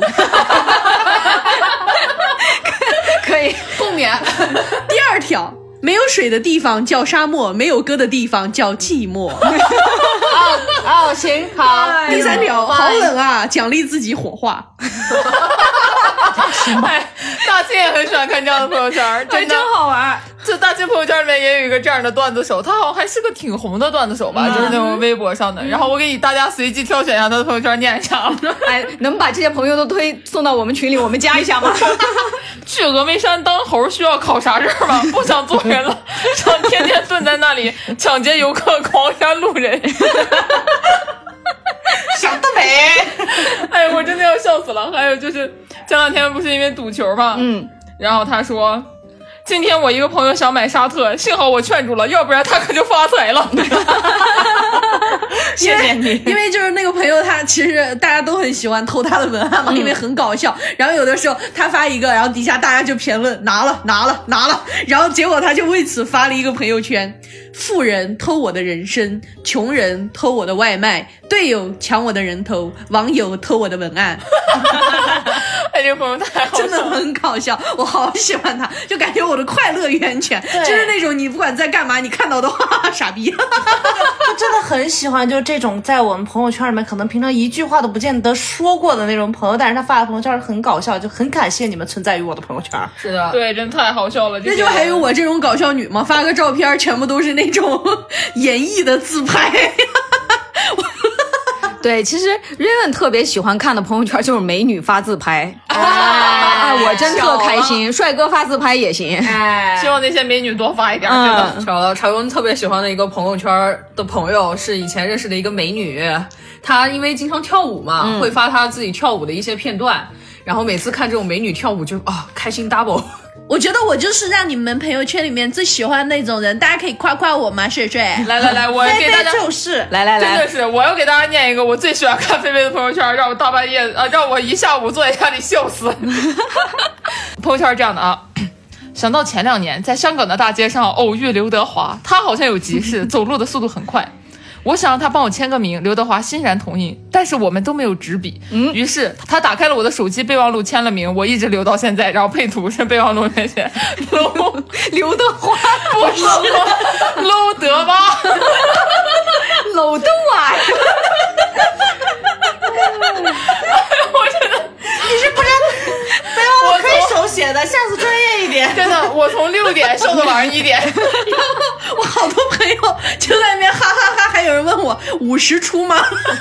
可以共勉。第二条，没有水的地方叫沙漠，没有歌的地方叫寂寞。 哦哦，行好。 第三条，好冷啊，奖励自己火化。 哎，大庆也很喜欢看这样的朋友圈，真的真好玩。 就大庆朋友圈里面也有一个这样的段子手，他好像还是个挺红的段子手吧，嗯、就是那种微博上的。然后我给你大家随机挑选一下他的朋友圈念上。 哎，能把这些朋友都推送到我们群里，我们加一下吗？ 去峨眉山当猴需要考啥证吗？不想做人了，想天天蹲在那里抢劫游客、狂杀路人。 想得美！ 哎，我真的要笑死了。还有就是前两天不是因为赌球嘛， 嗯， 然后他说今天我一个朋友想买沙特，幸好我劝住了，要不然他可就发财了。 谢谢你。 因为就是那个朋友他其实大家都很喜欢偷他的文案嘛、嗯、因为很搞笑，然后有的时候他发一个，然后底下大家就评论拿了拿了拿了，然后结果他就为此发了一个朋友圈， 富人偷我的人参，穷人偷我的外卖，队友抢我的人头，网友偷我的文案。 哎，这个朋友太好笑了， 真的很搞笑，我好喜欢他，就感觉我的快乐源泉，就是那种你不管在干嘛，你看到的哈哈傻逼。 我真的很喜欢，就是这种在我们朋友圈里面可能平常一句话都不见得说过的那种朋友，但是他发的朋友圈很搞笑，就很感谢你们存在于我的朋友圈。 是的， 对，真太好笑了。 那就还有我这种搞笑女吗？发个照片全部都是那种演绎的自拍。 对，其实 Raven 特别喜欢看的朋友圈就是美女发自拍，哎，我真特开心。帅哥发自拍也行， 哎， 希望那些美女多发一点， 嗯真的。 巧了，柴文特别喜欢的一个朋友圈的朋友是以前认识的一个美女，她因为经常跳舞嘛， 嗯、 会发她自己跳舞的一些片段，然后每次看这种美女跳舞就啊开心 double。 我觉得我就是让你们朋友圈里面最喜欢那种人，大家可以夸夸我吗？睡睡， 来来来，我给大家就是来来来， 真的是我要给大家念一个我最喜欢看菲菲的朋友圈，让我大半夜啊，让我一下午坐在家里笑死。朋友圈是这样的啊。想到前两年在香港的大街上偶遇刘德华，他好像有急事，走路的速度很快。我想让他帮我签个名，刘德华欣然同意，但是我们都没有纸笔。嗯，于是他打开了我的手机备忘录，签了名，我一直留到现在。然后配图是备忘录里面写刘刘德华，不是搂德吧？ 搂德华。 我真的， 你是不是备忘录可以手写的？下次专业一点。 真的，我从六点瘦到晚上一点。 然后我好多朋友就在那边哈哈哈，还有人问我五十出吗？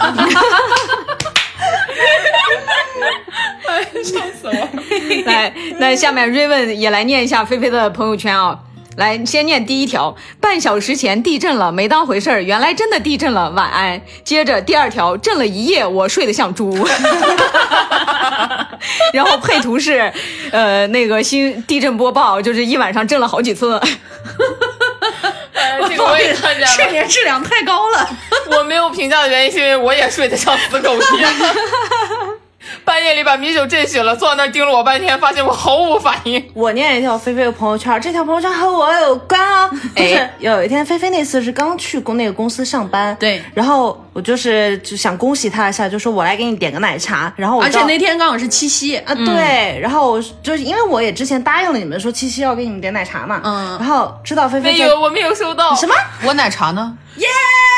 哎，笑死我！ 来，那下面 Raven 也来念一下菲菲的朋友圈啊。来，先念第一条，半小时前地震了，没当回事儿，原来真的地震了，晚安。接着第二条，震了一夜，我睡得像猪。然后配图是，呃，那个新地震播报，就是一晚上震了好几次。 哎，这个我也看见了， 睡眠质量太高了。 我没有评价的原因是因为我也睡得像死狗一样。半夜里把米酒震醒了，坐在那儿盯了我半天，发现我毫无反应。 我念一条菲菲的朋友圈，这条朋友圈和我有关啊。就是有一天菲菲那次是刚去公那个公司上班， 对， 然后我就是就想恭喜她一下，就说我来给你点个奶茶，然后我而且那天刚好是七夕啊，对，然后我就是因为我也之前答应了你们说七夕要给你们点奶茶嘛，嗯，然后知道菲菲没有，我没有收到什么， 我奶茶呢？ 耶，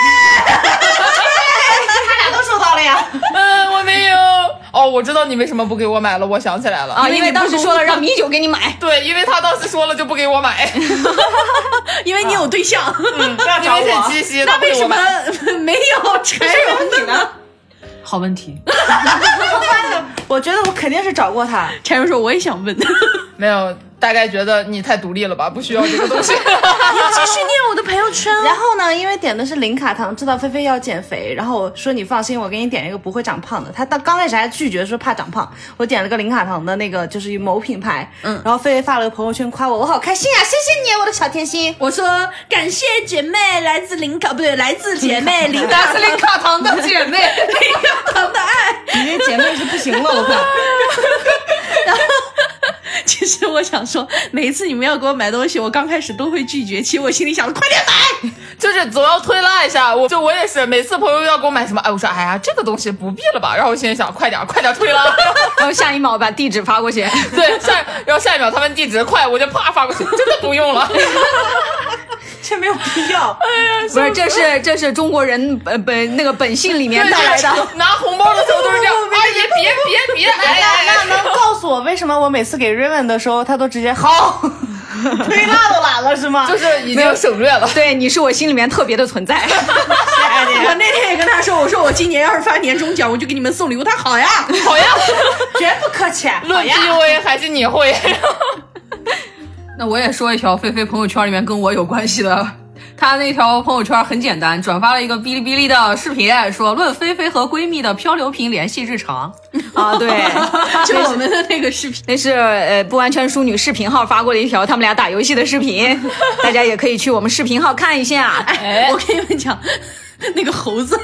他俩都收到了呀。 嗯，我没有。哦，我知道你为什么不给我买了，我想起来了啊，因为当时说了让米酒给你买。 对，因为他当时说了就不给我买， 因为你有对象， 嗯，因为是七夕， 那为什么没有柴荣你呢？ 好问题。 我觉得我肯定是找过他。 柴荣说我也想问， 没有，大概觉得你太独立了吧，不需要这个东西。 你继续念我的朋友圈。 然后呢，因为点的是零卡糖，知道菲菲要减肥，然后我说你放心，我给你点一个不会长胖的。他当刚开始还拒绝说怕长胖，我点了个零卡糖的那个就是某品牌，嗯，然后菲菲发了个朋友圈夸我，我好开心啊，谢谢你，我的小甜心。 我说感谢姐妹，来自零卡不对，来自姐妹零来自零卡糖的姐妹， 零卡糖的爱。 你这姐妹是不行了，我看。 然后，其实我想说，每一次你们要给我买东西，我刚开始都会拒绝，其实我心里想，快点买， 就是总要推拉一下。我就我也是，每次朋友要给我买什么，哎，我说哎呀，这个东西不必了吧。然后我心里想，快点，快点推拉。 然后下一秒把地址发过去。 对，下然后下一秒他们地址快，我就啪发过去，真的不用了。 这没有必要。 哎呀， 不是，这是这是中国人本本那个本性里面带来的。 拿红包的时候都是这样，阿姨别别别，哎那那能告诉我为什么我每次给 Raven 的时候，他都直接好，推拉都懒了是吗？ 就是已经省略了。 对，你是我心里面特别的存在。 我那天也跟他说，我说我今年要是发年终奖，我就给你们送礼物。他好呀， 好呀， 绝不客气。 论 P U A 还是你会。 那我也说一条菲菲朋友圈里面跟我有关系的，她那条朋友圈很简单，转发了一个哔哩哔哩的视频，说论菲菲和闺蜜的漂流瓶联系日常。 啊，对， 就我们的那个视频， 那是呃不完全淑女视频号发过的一条他们俩打游戏的视频，大家也可以去我们视频号看一下。 哎，我跟你们讲，那个猴子。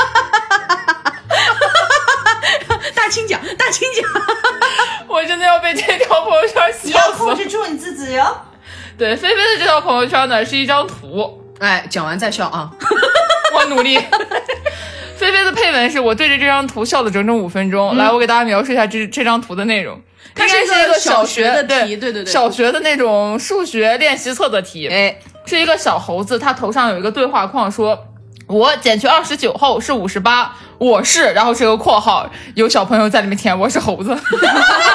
大清讲，大清讲， 我真的要被这条朋友圈笑死了。 你要控制住你自己哟。 对，菲菲的这条朋友圈呢是一张图， 哎，讲完再笑啊！ 我努力。菲菲的配文是我对着这张图笑了整整五分钟。嗯、来，我给大家描述一下这这张图的内容。 它是一个小学的题，对对对， 小学的那种数学练习册的题。 哎， 是一个小猴子，他头上有一个对话框说，我减去二十九后是五十八，我是，然后是个括号，有小朋友在里面填我是猴子。说的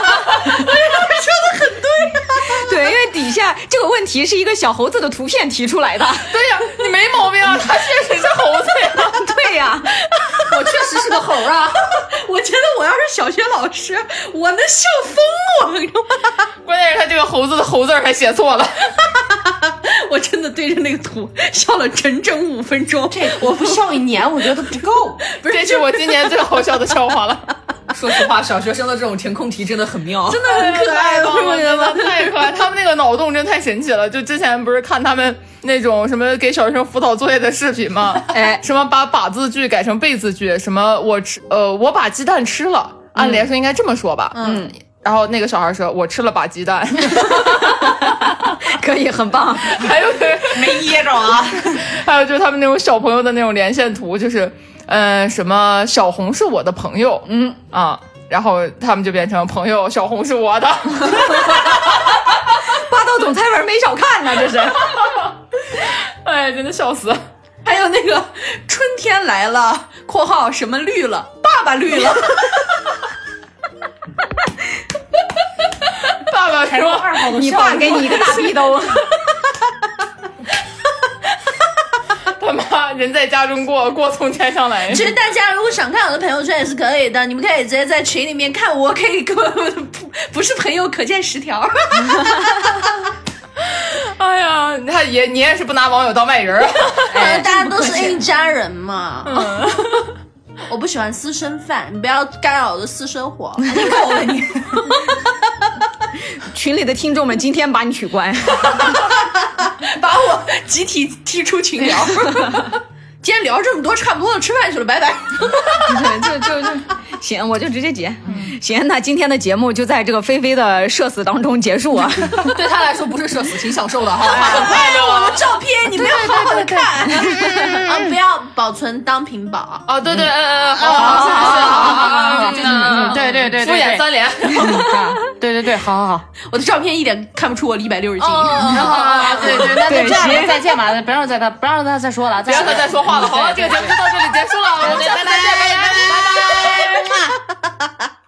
很对啊，对，因为底下这个问题是一个小猴子的图片提出来的。 对呀，你没毛病啊，他确实是猴子呀。 对呀， 我确实是个猴啊。我觉得我要是小学老师，我能笑疯我。 关键是他这个猴子的猴字还写错了。 我真的对着那个图笑了整整五分钟。 这我不笑一年，我觉得不够。 不是，这是我今年最好笑的笑话了。 说实话，小学生的这种填空题真的很妙， 真的很可爱， 我觉得太可爱。他们那个脑洞真太神奇了。就之前不是看他们那种什么给小学生辅导作业的视频吗？哎，什么把把字句改成被字句，什么我吃呃我把鸡蛋吃了，按理来说应该这么说吧？嗯。然后那个小孩说：“我吃了把鸡蛋。” 可以，很棒。 还有没噎着啊？还有就是他们那种小朋友的那种连线图，就是嗯，什么小红是我的朋友，嗯啊，然后他们就变成朋友小红是我的。 霸道总裁文没少看呢，这是。 哎，真的笑死。 还有那个春天来了（括号什么绿了），爸爸绿了。 爸爸说：“ 二号都你爸给你一个大逼兜。” 他妈人在家中过，过从天上来。 其实大家如果想看我的朋友圈也是可以的，你们可以直接在群里面看，我可以跟不不是朋友可见十条。 哎呀，他也你也是不拿网友当外人。 哎，大家都是一家人嘛。嗯。我不喜欢私生饭，你不要干扰我的私生活。你够了你！ 群里的听众们，今天把你取关， 把我集体踢出群聊。今天聊这么多，差不多了，吃饭去了，拜拜。 就就就行，我就直接结。嗯、行，那今天的节目就在这个菲菲的社死当中结束啊。 对他来说不是社死，挺享受的哈。还有我的照片，你们要好好的看啊，不要保存当屏保。 哦，对对，嗯嗯，好好好好好， 对对对， 敷衍三连。 对对对，好好好， 我的照片一点看不出我一百六十斤。 对对，那就这样，再见吧，不让再他不让他再说了， 不让他再说话了。好了，这个节目就到这里结束了，我们下次再见，拜拜拜拜拜拜。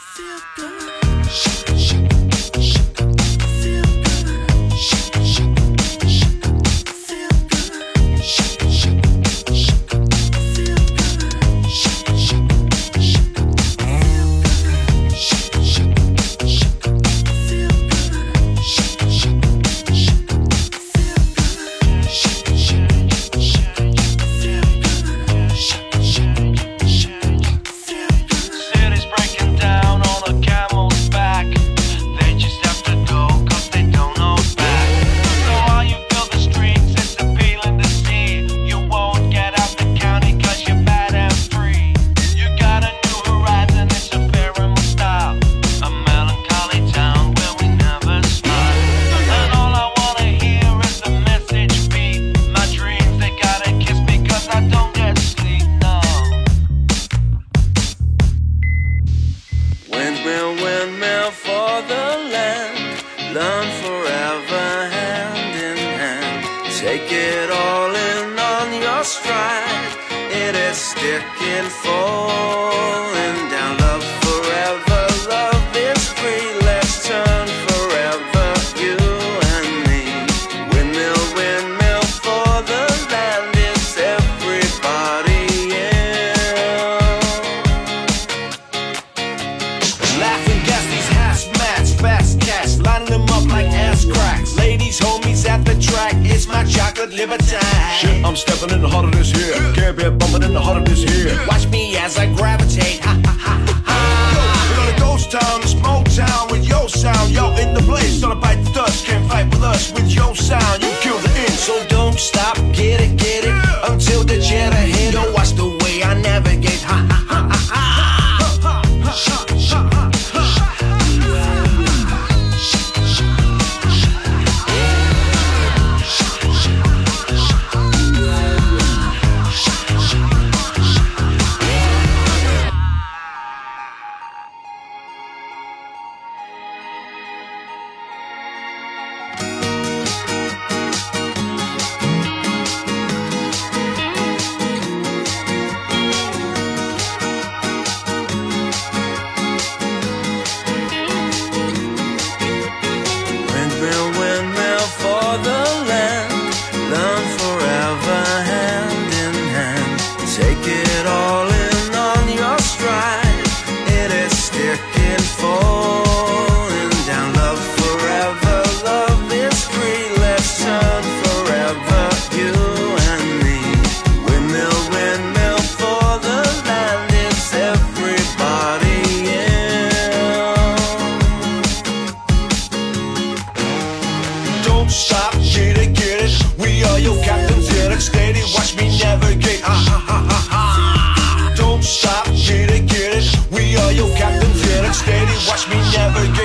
Shit, I'm stepping in the heart of this here. Can't be bumping in the heart of this here. Watch me as I gravitate. Ha ha ha ha ha. Yo, we're gonna ghost town, this Motown with your sound. Yo, in the place, gonna bite the dust. Can't fight with us with your sound. You kill the end, so don't stop. Get it, get it until the jet ahead. Yo, watch the way I navigate. Ha ha ha ha ha. Don't stop, get it, get it. We are your captains, yeah, like steady. Watch me navigate. Ah, ha, ha, ha, ha. Don't stop, get it, get it. We are your captains, yeah, like steady. Watch me navigate.